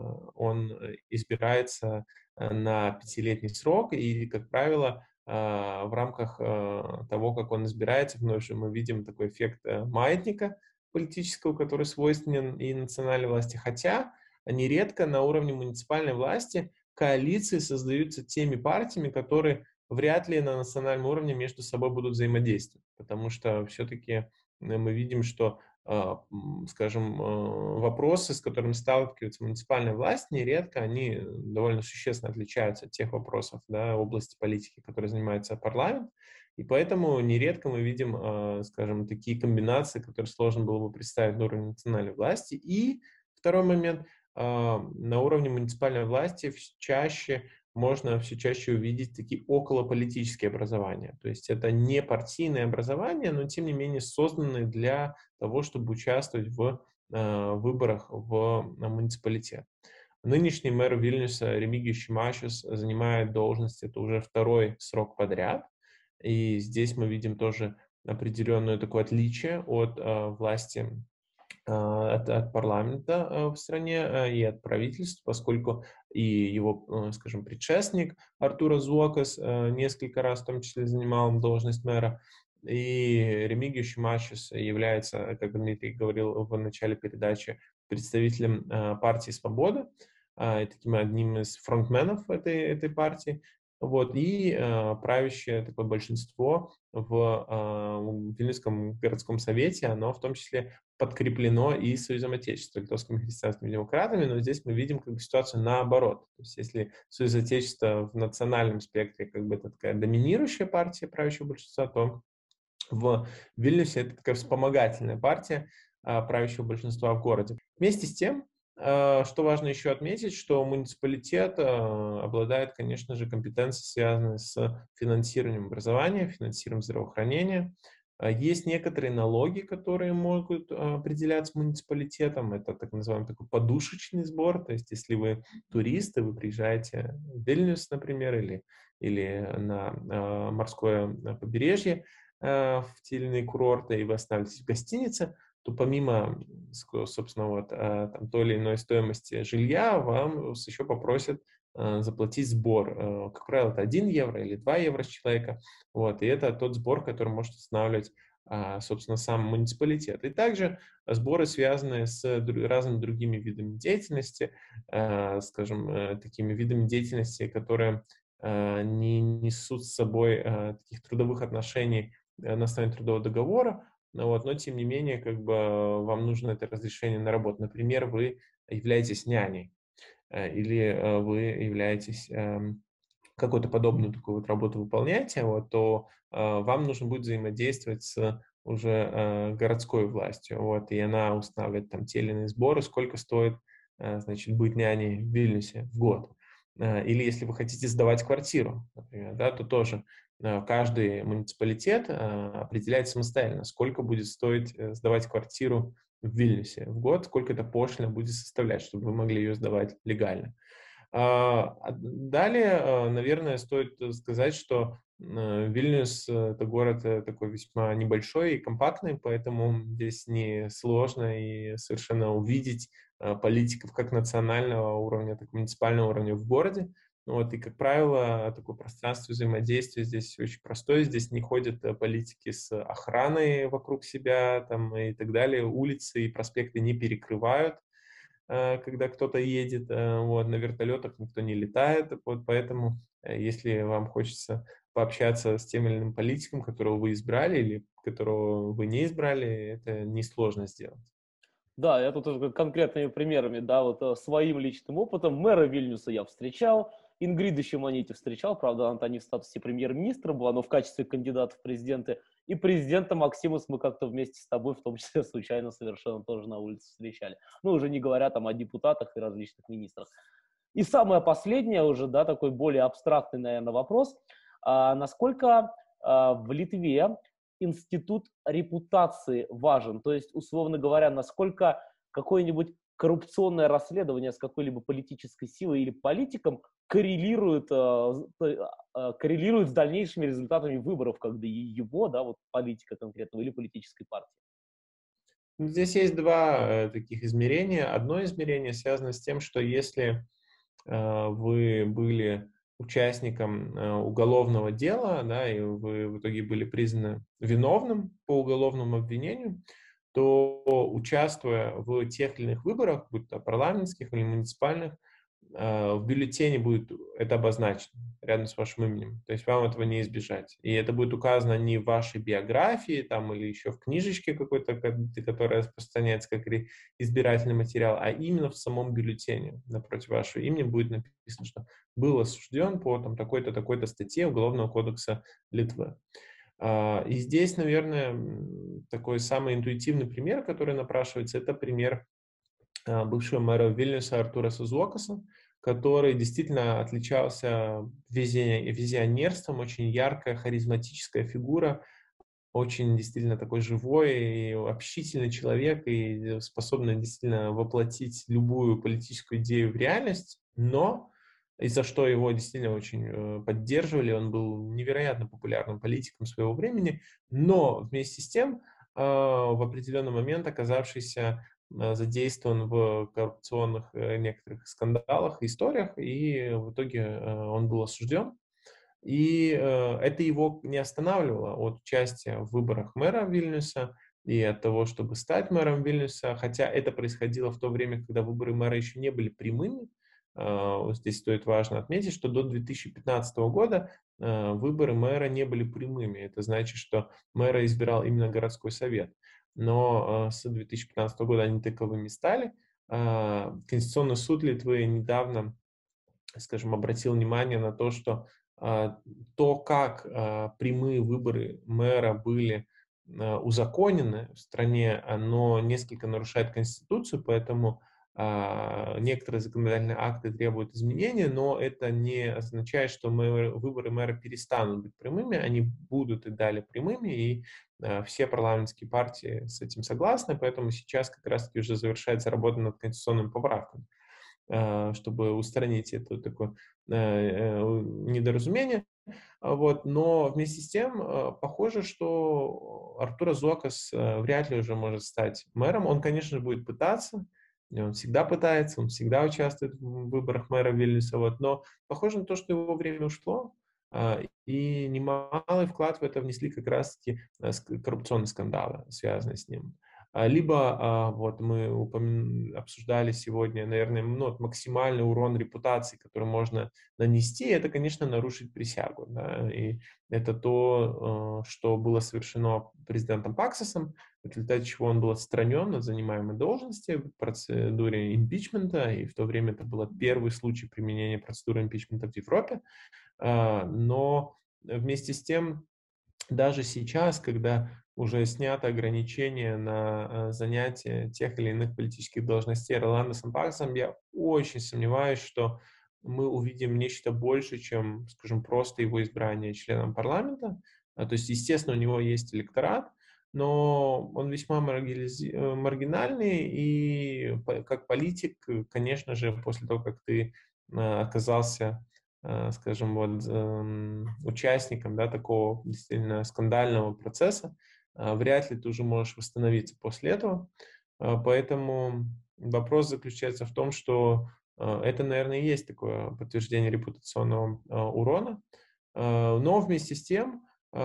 он избирается э, на пятилетний срок, и, как правило, э, в рамках э, того, как он избирается, вновь же мы видим такой эффект э, маятника политического, который свойственен и национальной власти, хотя нередко на уровне муниципальной власти коалиции создаются теми партиями, которые вряд ли на национальном уровне между собой будут взаимодействовать, потому что все-таки мы видим, что, а, скажем, а, вопросы, с которыми сталкивается муниципальная власть, нередко они довольно существенно отличаются от тех вопросов, да, области политики, которые занимается парламент. И поэтому нередко мы видим, а, скажем, такие комбинации, которые сложно было бы представить на уровне национальной власти. И второй момент, а, на уровне муниципальной власти чаще можно все чаще увидеть такие околополитические образования. То есть это не партийные образования, но тем не менее созданные для того, чтобы участвовать в э, выборах в э, муниципалитет. Нынешний мэр Вильнюса Ремигиюс Шимашис занимает должность, это уже второй срок подряд. И здесь мы видим тоже определенное такое отличие от э, власти от, от парламента э, в стране э, и от правительства, поскольку и его, э, скажем, предшественник Артура Зуакас э, несколько раз в том числе занимал должность мэра, и Ремигиюс Шимашис является, как Дмитрий говорил в начале передачи, представителем э, партии «Свобода», э, и таким одним из фронтменов этой, этой партии. Вот, и э, правящее такое большинство в э, Вильнюсском городском совете, оно в том числе подкреплено и Союзом Отечества, литовскими христианскими демократами, но здесь мы видим как бы ситуацию наоборот. То есть если Союз Отечества в национальном спектре как бы это такая доминирующая партия правящего большинства, то в Вильнюсе это такая вспомогательная партия а, правящего большинства в городе. Вместе с тем, а, что важно еще отметить, что муниципалитет а, обладает, конечно же, компетенцией, связанной с финансированием образования, финансированием здравоохранения. А, Есть некоторые налоги, которые могут а, определяться муниципалитетом. Это так называемый такой подушечный сбор. То есть, если вы туристы, вы приезжаете в Вильнюс, например, или, или на а, морское побережье, в те или иные курорты, и вы останетесь в гостинице, то помимо, собственно, вот, там, той или иной стоимости жилья, вам еще попросят заплатить сбор. Как правило, это один евро или два евро с человека. Вот, и это тот сбор, который может устанавливать, собственно, сам муниципалитет. И также сборы, связанные с разными другими видами деятельности, скажем, такими видами деятельности, которые не несут с собой таких трудовых отношений на основании трудового договора, вот, но тем не менее как бы вам нужно это разрешение на работу. Например, вы являетесь няней или вы являетесь какую-то подобную такую вот работу выполняете, вот, то вам нужно будет взаимодействовать с уже городской властью, вот, и она устанавливает там те или иные сборы, сколько стоит, значит, быть няней в Вильнюсе в год. Или если вы хотите сдавать квартиру, например, да, то тоже каждый муниципалитет определяет самостоятельно, сколько будет стоить сдавать квартиру в Вильнюсе в год, сколько эта пошлина будет составлять, чтобы вы могли ее сдавать легально. А, а далее, а, наверное, стоит сказать, что м, Вильнюс— это город э, такой весьма небольшой и компактный, поэтому здесь не сложно и совершенно увидеть а, политиков как национального уровня, так и муниципального уровня в городе. Вот, и, как правило, такое пространство взаимодействия здесь очень простое. Здесь не ходят э, политики с охраной вокруг себя там, и так далее. Улицы и проспекты не перекрывают, э, когда кто-то едет. э, Вот, на вертолетах никто не летает. Вот, поэтому, э, если вам хочется пообщаться с тем или иным политиком, которого вы избрали или которого вы не избрали, это несложно сделать. Да, я тут уже конкретными примерами, да, вот э, своим личным опытом. Мэра Вильнюса я встречал, Ингриду Шимоняти встречал, правда, она не в статусе премьер-министра была, но в качестве кандидата в президенты. И президента Максимус мы как-то вместе с тобой, в том числе случайно совершенно тоже на улице встречали. Ну, уже не говоря там о депутатах и различных министрах. И самое последнее уже, да, такой более абстрактный, наверное, вопрос. А, насколько а, в Литве институт репутации важен? То есть, условно говоря, насколько какое-нибудь коррупционное расследование с какой-либо политической силой или политиком коррелирует, а, а, коррелирует с дальнейшими результатами выборов, когда его, да, вот политика конкретного или политической партии? Ну, здесь есть два э, таких измерения. Одно измерение связано с тем, что если э, вы были участником э, уголовного дела, да, и вы в итоге были признаны виновным по уголовному обвинению, то, участвуя в тех или иных выборах, будь то парламентских или муниципальных, э, в бюллетене будет это обозначено рядом с вашим именем. То есть вам этого не избежать. И это будет указано не в вашей биографии там, или еще в книжечке какой-то, ко- которая распространяется как ре- избирательный материал, а именно в самом бюллетене. Напротив вашего имени будет написано, что был осужден по там, такой-то, такой-то статье Уголовного кодекса Литвы. А, И здесь, наверное, м, такой самый интуитивный пример, который напрашивается, это пример а, бывшего мэра Вильнюса Артура Сузуокаса, который действительно отличался визи- визионерством, очень яркая, харизматическая фигура, очень действительно такой живой и общительный человек, и способный действительно воплотить любую политическую идею в реальность, но и за что его действительно очень э, поддерживали, он был невероятно популярным политиком своего времени, но вместе с тем э, в определенный момент оказавшийся э, задействован в коррупционных э, некоторых скандалах, историях, и в итоге э, он был осужден. И э, это его не останавливало от участия в выборах мэра Вильнюса и от того, чтобы стать мэром Вильнюса, хотя это происходило в то время, когда выборы мэра еще не были прямыми. Э, вот здесь стоит важно отметить, что до две тысячи пятнадцатого года э, выборы мэра не были прямыми. Это значит, что мэра избирал именно городской совет. Но э, с две тысячи пятнадцатого года они таковыми стали. Э, Конституционный суд Литвы недавно, скажем, обратил внимание на то, что а, то, как а, прямые выборы мэра были а, узаконены в стране, оно несколько нарушает Конституцию, поэтому а, некоторые законодательные акты требуют изменения, но это не означает, что мэр- выборы мэра перестанут быть прямыми, они будут и далее прямыми, и а, все парламентские партии с этим согласны, поэтому сейчас как раз-таки уже завершается работа над конституционными поправками, а, чтобы устранить это такое э, э, недоразумение. А, Вот. Но вместе с тем, э, похоже, что Артур Зуакас э, вряд ли уже может стать мэром. Он, конечно же, будет пытаться, и он всегда пытается, он всегда участвует в выборах мэра Вильнюса, вот. Но похоже на то, что его время ушло, а, и немалый вклад в это внесли как раз-таки э, ск- коррупционные скандалы, связанные с ним. А, Либо а, вот мы упомя- обсуждали сегодня, наверное, ну, вот максимальный урон репутации, который можно нанести, это, конечно, нарушить присягу. Да, и это то, э, что было совершено президентом Паксасом, в результате чего он был отстранен от занимаемой должности в процедуре импичмента, и в то время это был первый случай применения процедуры импичмента в Европе. А, Но вместе с тем, даже сейчас, когда уже снято ограничение на э, занятие тех или иных политических должностей Роландо Паксом, я очень сомневаюсь, что мы увидим нечто больше, чем, скажем, просто его избрание членом парламента. А, То есть, естественно, у него есть электорат, но он весьма маргинализи- э, маргинальный, и по- как политик, э, конечно же, после того, как ты э, оказался, э, скажем, вот, эм, участником, да, такого действительно скандального процесса, э, вряд ли ты уже можешь восстановиться после этого. Э, Поэтому вопрос заключается в том, что э, это, наверное, и есть такое подтверждение репутационного э, урона. Э, Но вместе с тем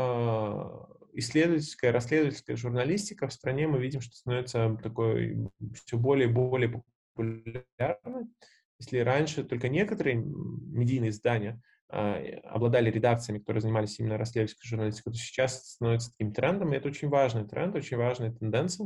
э, исследовательская, расследовательская журналистика в стране, мы видим, что становится такой все более и более популярной. Если раньше только некоторые медийные издания э, обладали редакциями, которые занимались именно расследовательской журналистикой, то сейчас становится таким трендом, и это очень важный тренд, очень важная тенденция.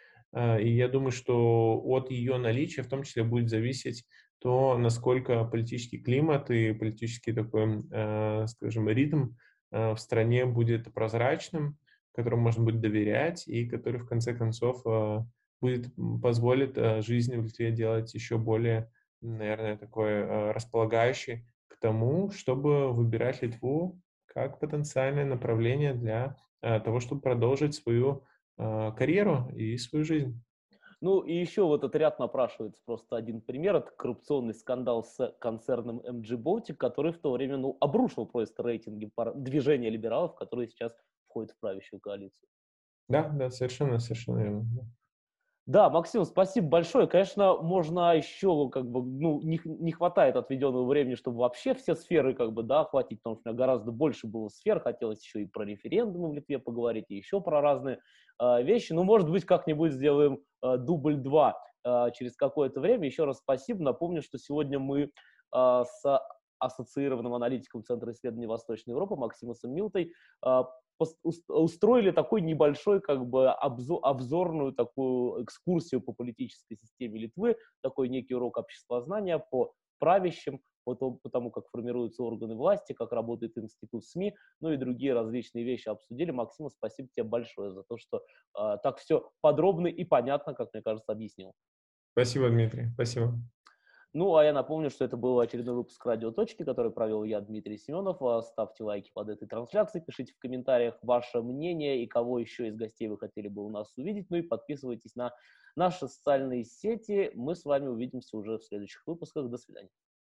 Э, И я думаю, что от ее наличия в том числе будет зависеть то, насколько политический климат и политический такой, э, скажем, ритм э, в стране будет прозрачным, которому можно будет доверять и который в конце концов э, будет м, позволит э, жизни в Литве делать еще более, наверное, такой э, располагающей к тому, чтобы выбирать Литву как потенциальное направление для э, того, чтобы продолжить свою э, карьеру и свою жизнь. Ну и еще вот этот ряд напрашивается просто один пример. Это коррупционный скандал с концерном эм джи Baltic, который в то время ну, обрушил просто рейтинги пар- движения либералов, которые сейчас входят в правящую коалицию. Да, да, совершенно, совершенно верно. Да. Да, Максим, спасибо большое. Конечно, можно еще, как бы, ну, не, х- не хватает отведенного времени, чтобы вообще все сферы, как бы, да, охватить, потому что у меня гораздо больше было сфер. Хотелось еще и про референдумы в Литве поговорить, и еще про разные э, вещи. Ну, может быть, как-нибудь сделаем э, дубль два э, через какое-то время. Еще раз спасибо. Напомню, что сегодня мы э, с ассоциированным аналитиком Центра исследований Восточной Европы Максимусом Милтой э, пос- ус- устроили такой небольшой, как бы, обзор, обзорную такую экскурсию по политической системе Литвы, такой некий урок обществознания по правящим, по, то- по тому, как формируются органы власти, как работает институт СМИ, ну и другие различные вещи обсудили. Максим, спасибо тебе большое за то, что э, так все подробно и понятно, как мне кажется, объяснил. Спасибо, Дмитрий, спасибо. Ну, а я напомню, что это был очередной выпуск «Радио Точки», который провел я, Дмитрий Семенов. А ставьте лайки под этой трансляцией, пишите в комментариях ваше мнение и кого еще из гостей вы хотели бы у нас увидеть. Ну и подписывайтесь на наши социальные сети. Мы с вами увидимся уже в следующих выпусках. До свидания.